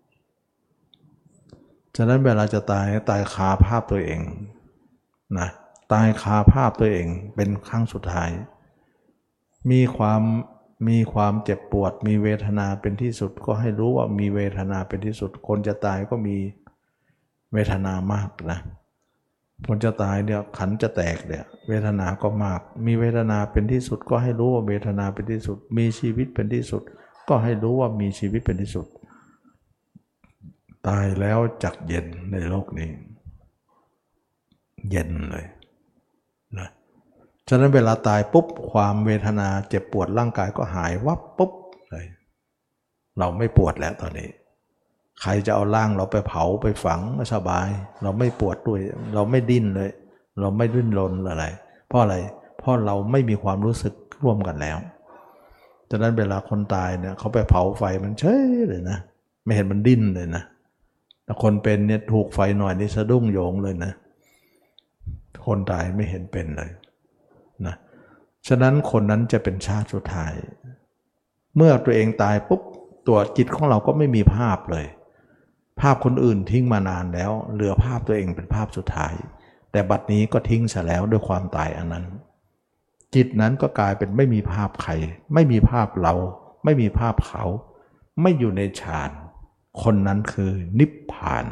ฉะนั้นเวลาจะตายตายคาภาพตัวเองนะตายคาภาพตัวเองเป็นครั้งสุดท้ายมีความมีความเจ็บปวดมีเวทนาเป็นที่สุดก็ให้รู้ว่ามีเวทนาเป็นที่สุดคนจะตายก็มีเวทนามากนะคนจะตายเนี่ยขันจะแตกเนี่ยเวทนาก็มากมีเวทนาเป็นที่สุดก็ให้รู้ว่าเวทนาเป็นที่สุดมีชีวิตเป็นที่สุดก็ให้รู้ว่ามีชีวิตเป็นที่สุดตายแล้วจักเย็นในโลกนี้เย็นเลยนะฉะนั้นเวลาตายปุ๊บความเวทนาเจ็บปวดร่างกายก็หายวับปุ๊บเลยเราไม่ปวดแล้วตอนนี้ใครจะเอาร่างเราไปเผาไปฝังก็สบายเราไม่ปวดด้วยเราไม่ดิ้นเลยเราไม่ดิ้นรนอะไรเพราะอะไรเพราะเราไม่มีความรู้สึกร่วมกันแล้วฉะนั้นเวลาคนตายเนี่ยเขาไปเผาไฟมันเฉยเลยนะไม่เห็นมันดิ้นเลยนะแต่คนเป็นเนี่ยถูกไฟหน่อยนี่สะดุ้งโยงเลยนะคนตายไม่เห็นเป็นเลยนะฉะนั้นคนนั้นจะเป็นชาติสุดท้ายเมื่อตัวเองตายปุ๊บตัวจิตของเราก็ไม่มีภาพเลยภาพคนอื่นทิ้งมานานแล้วเหลือภาพตัวเองเป็นภาพสุดท้ายแต่บัดนี้ก็ทิ้งซะแล้วด้วยความตายอันนั้นจิตนั้นก็กลายเป็นไม่มีภาพใครไม่มีภาพเราไม่มีภาพเขาไม่อยู่ในฌานคนนั้นคือนิพพาน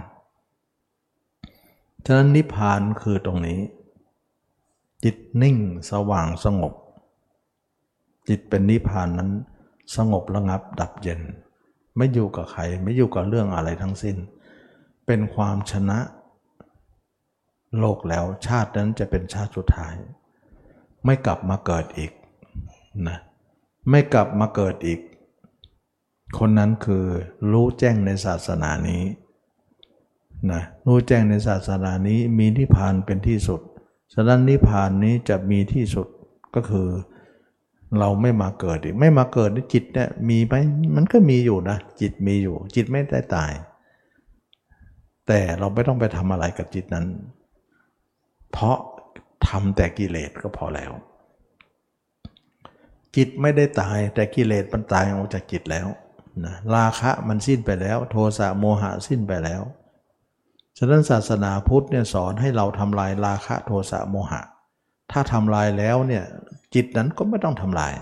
ฉะนั้นนิพพานคือตรงนี้จิตนิ่งสว่างสงบจิตเป็นนิพพานนั้นสงบระงับดับเย็นไม่อยู่กับใครไม่อยู่กับเรื่องอะไรทั้งสิ้นเป็นความชนะโลกแล้วชาตินั้นจะเป็นชาติสุดท้ายไม่กลับมาเกิดอีกนะไม่กลับมาเกิดอีกคนนั้นคือรู้แจ้งในศาสนานี้นะรู้แจ้งในศาสนานี้มีนิพพานเป็นที่สุดฉะนั้นนิพพานนี้จะมีที่สุดก็คือเราไม่มาเกิดอีกไม่มาเกิดในจิตเนี่ยมีไหมมันก็มีอยู่นะจิตมีอยู่จิตไม่ได้ตายแต่เราไม่ต้องไปทำอะไรกับจิตนั้นเพราะทำแต่กิเลสก็พอแล้วจิตไม่ได้ตายแต่กิเลสมันตายออกจากจิตแล้วนะราคะมันสิ้นไปแล้วโทสะโมหะสิ้นไปแล้วฉะนั้นศาสนาพุทธเนี่ยสอนให้เราทำลายราคะโทสะโมหะถ้าทำลายแล้วเนี่ยจิตนั้นก็ไม่ต้องทำลาย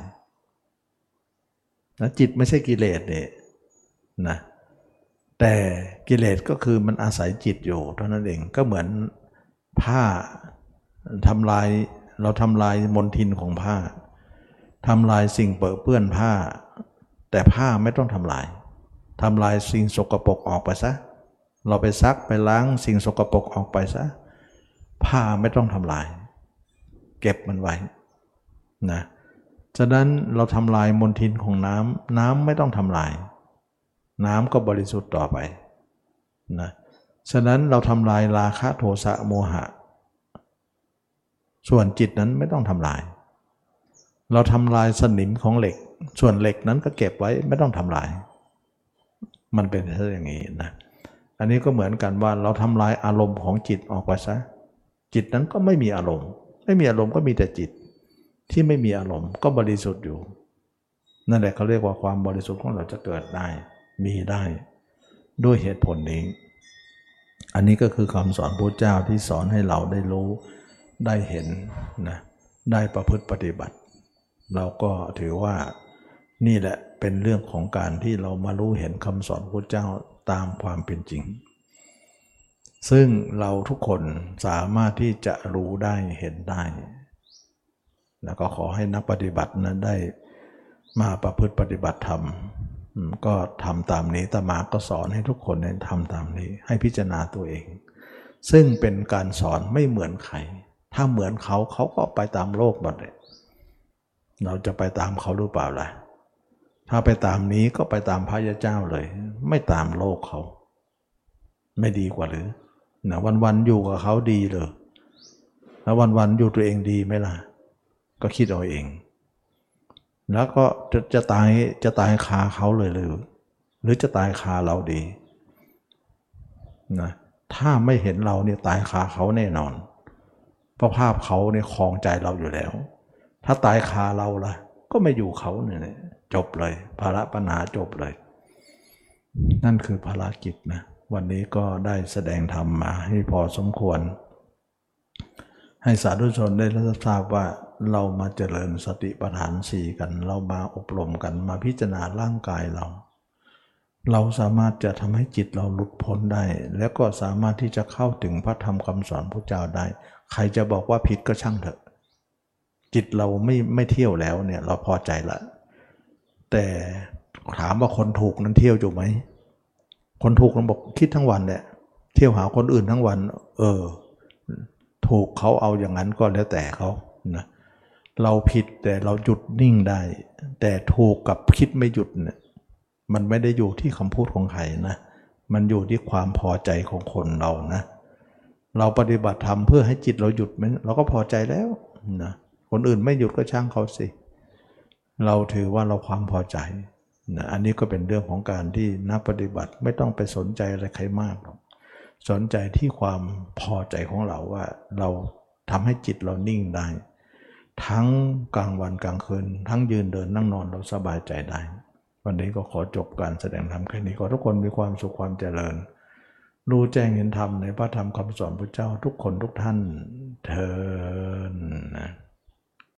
นะจิตไม่ใช่กิเลสเนี่ยนะแต่กิเลสก็คือมันอาศัยจิตอยู่เท่านั้นเองก็เหมือนผ้าทำลายเราทำลายมลทินของผ้าทำลายสิ่งเปื้อนผ้าแต่ผ้าไม่ต้องทำลายทำลายสิ่งสกปรกออกไปซะเราไปซักไปล้างสิ่งสกปรกออกไปซะผ้าไม่ต้องทำลายเก็บมันไว้นะฉะนั้นเราทำลายมลทินของน้ำน้ำไม่ต้องทำลายน้ำก็บริสุทธิ์ต่อไปนะฉะนั้นเราทำลายราคะโทสะโมหะส่วนจิตนั้นไม่ต้องทำลายเราทำลายสนิมของเหล็กส่วนเหล็กนั้นก็เก็บไว้ไม่ต้องทำลายมันเป็นแค่อย่างนี้นะอันนี้ก็เหมือนกันว่าเราทำลายอารมณ์ของจิตออกไปซะจิตนั้นก็ไม่มีอารมณ์ไม่มีอารมณ์ก็มีแต่จิตที่ไม่มีอารมณ์ก็บริสุทธิ์อยู่นั่นแหละเขาเรียกว่าความบริสุทธิ์ของเราจะเกิดได้มีได้ด้วยเหตุผลนี้อันนี้ก็คือคำสอนพระเจ้าที่สอนให้เราได้รู้ได้เห็นนะได้ประพฤติปฏิบัติเราก็ถือว่านี่แหละเป็นเรื่องของการที่เรามารู้เห็นคำสอนพระเจ้าตามความเป็นจริงซึ่งเราทุกคนสามารถที่จะรู้ได้เห็นได้แล้วก็ขอให้นักปฏิบัตินั้นได้มาประพฤติปฏิบัติธรรมก็ทำตามนี้อาตมาก็สอนให้ทุกคนได้ทำตามนี้ให้พิจารณาตัวเองซึ่งเป็นการสอนไม่เหมือนใครถ้าเหมือนเขาเขาก็ไปตามโลกหมดเลยเราจะไปตามเขาหรือเปล่าล่ะถ้าไปตามนี้ก็ไปตามพระยาเจ้าเลยไม่ตามโลกเขาไม่ดีกว่าหรือนะวันๆอยู่กับเขาดีเลยแล้ววันๆอยู่ตัวเองดีไหมล่ะก็คิดเอาเองแล้วก็จะจะตายจะตายคาเขาเลยหรือหรือจะตายคาเราดีนะถ้าไม่เห็นเราเนี่ยตายคาเขาแน่นอนเพราะภาพเขาเนี่ยครองใจเราอยู่แล้วถ้าตายคาเราล่ะก็ไม่อยู่เขาเนี่ยจบเลยภาระปัญหาจบเลยนั่นคือภารกิจนะวันนี้ก็ได้แสดงธรรมมาให้พอสมควรให้สาธุชนได้รับทราบว่าเรามาเจริญสติปัฏฐานสี่กันเรามาอบรมกันมาพิจารณาร่างกายเราเราสามารถจะทำให้จิตเราหลุดพ้นได้แล้วก็สามารถที่จะเข้าถึงพระธรรมคำสอนพระเจ้าได้ใครจะบอกว่าผิดก็ช่างเถอะจิตเราไม่ไม่เที่ยวแล้วเนี่ยเราพอใจละแต่ถามว่าคนถูกนั้นเที่ยวอยู่ไหมคนถูกเราบอกคิดทั้งวันเนี่ยเที่ยวหาคนอื่นทั้งวันเออถูกเขาเอาอย่างนั้นก็แล้วแต่เขานะเราผิดแต่เราหยุดนิ่งได้แต่ถูกกับคิดไม่หยุดเนี่ยมันไม่ได้อยู่ที่คำพูดของใครนะมันอยู่ที่ความพอใจของคนเรานะเราปฏิบัติธรรมเพื่อให้จิตเราหยุดมันเราก็พอใจแล้วนะคนอื่นไม่หยุดก็ช่างเขาสิเราถือว่าเราความพอใจนะอันนี้ก็เป็นเรื่องของการที่นักปฏิบัติไม่ต้องไปสนใจอะไรใครมากหรอกสนใจที่ความพอใจของเราว่าเราทำให้จิตเรานิ่งได้ทั้งกลางวันกลางคืนทั้งยืนเดินนั่งนอนเราสบายใจได้วันนี้ก็ขอจบการแสดงธรรมแค่นี้ขอทุกคนมีความสุขความเจริญรู้แจ้งเห็นธรรมในพระธรรมคำสอนพระเจ้าทุกคนทุกท่านเทอญ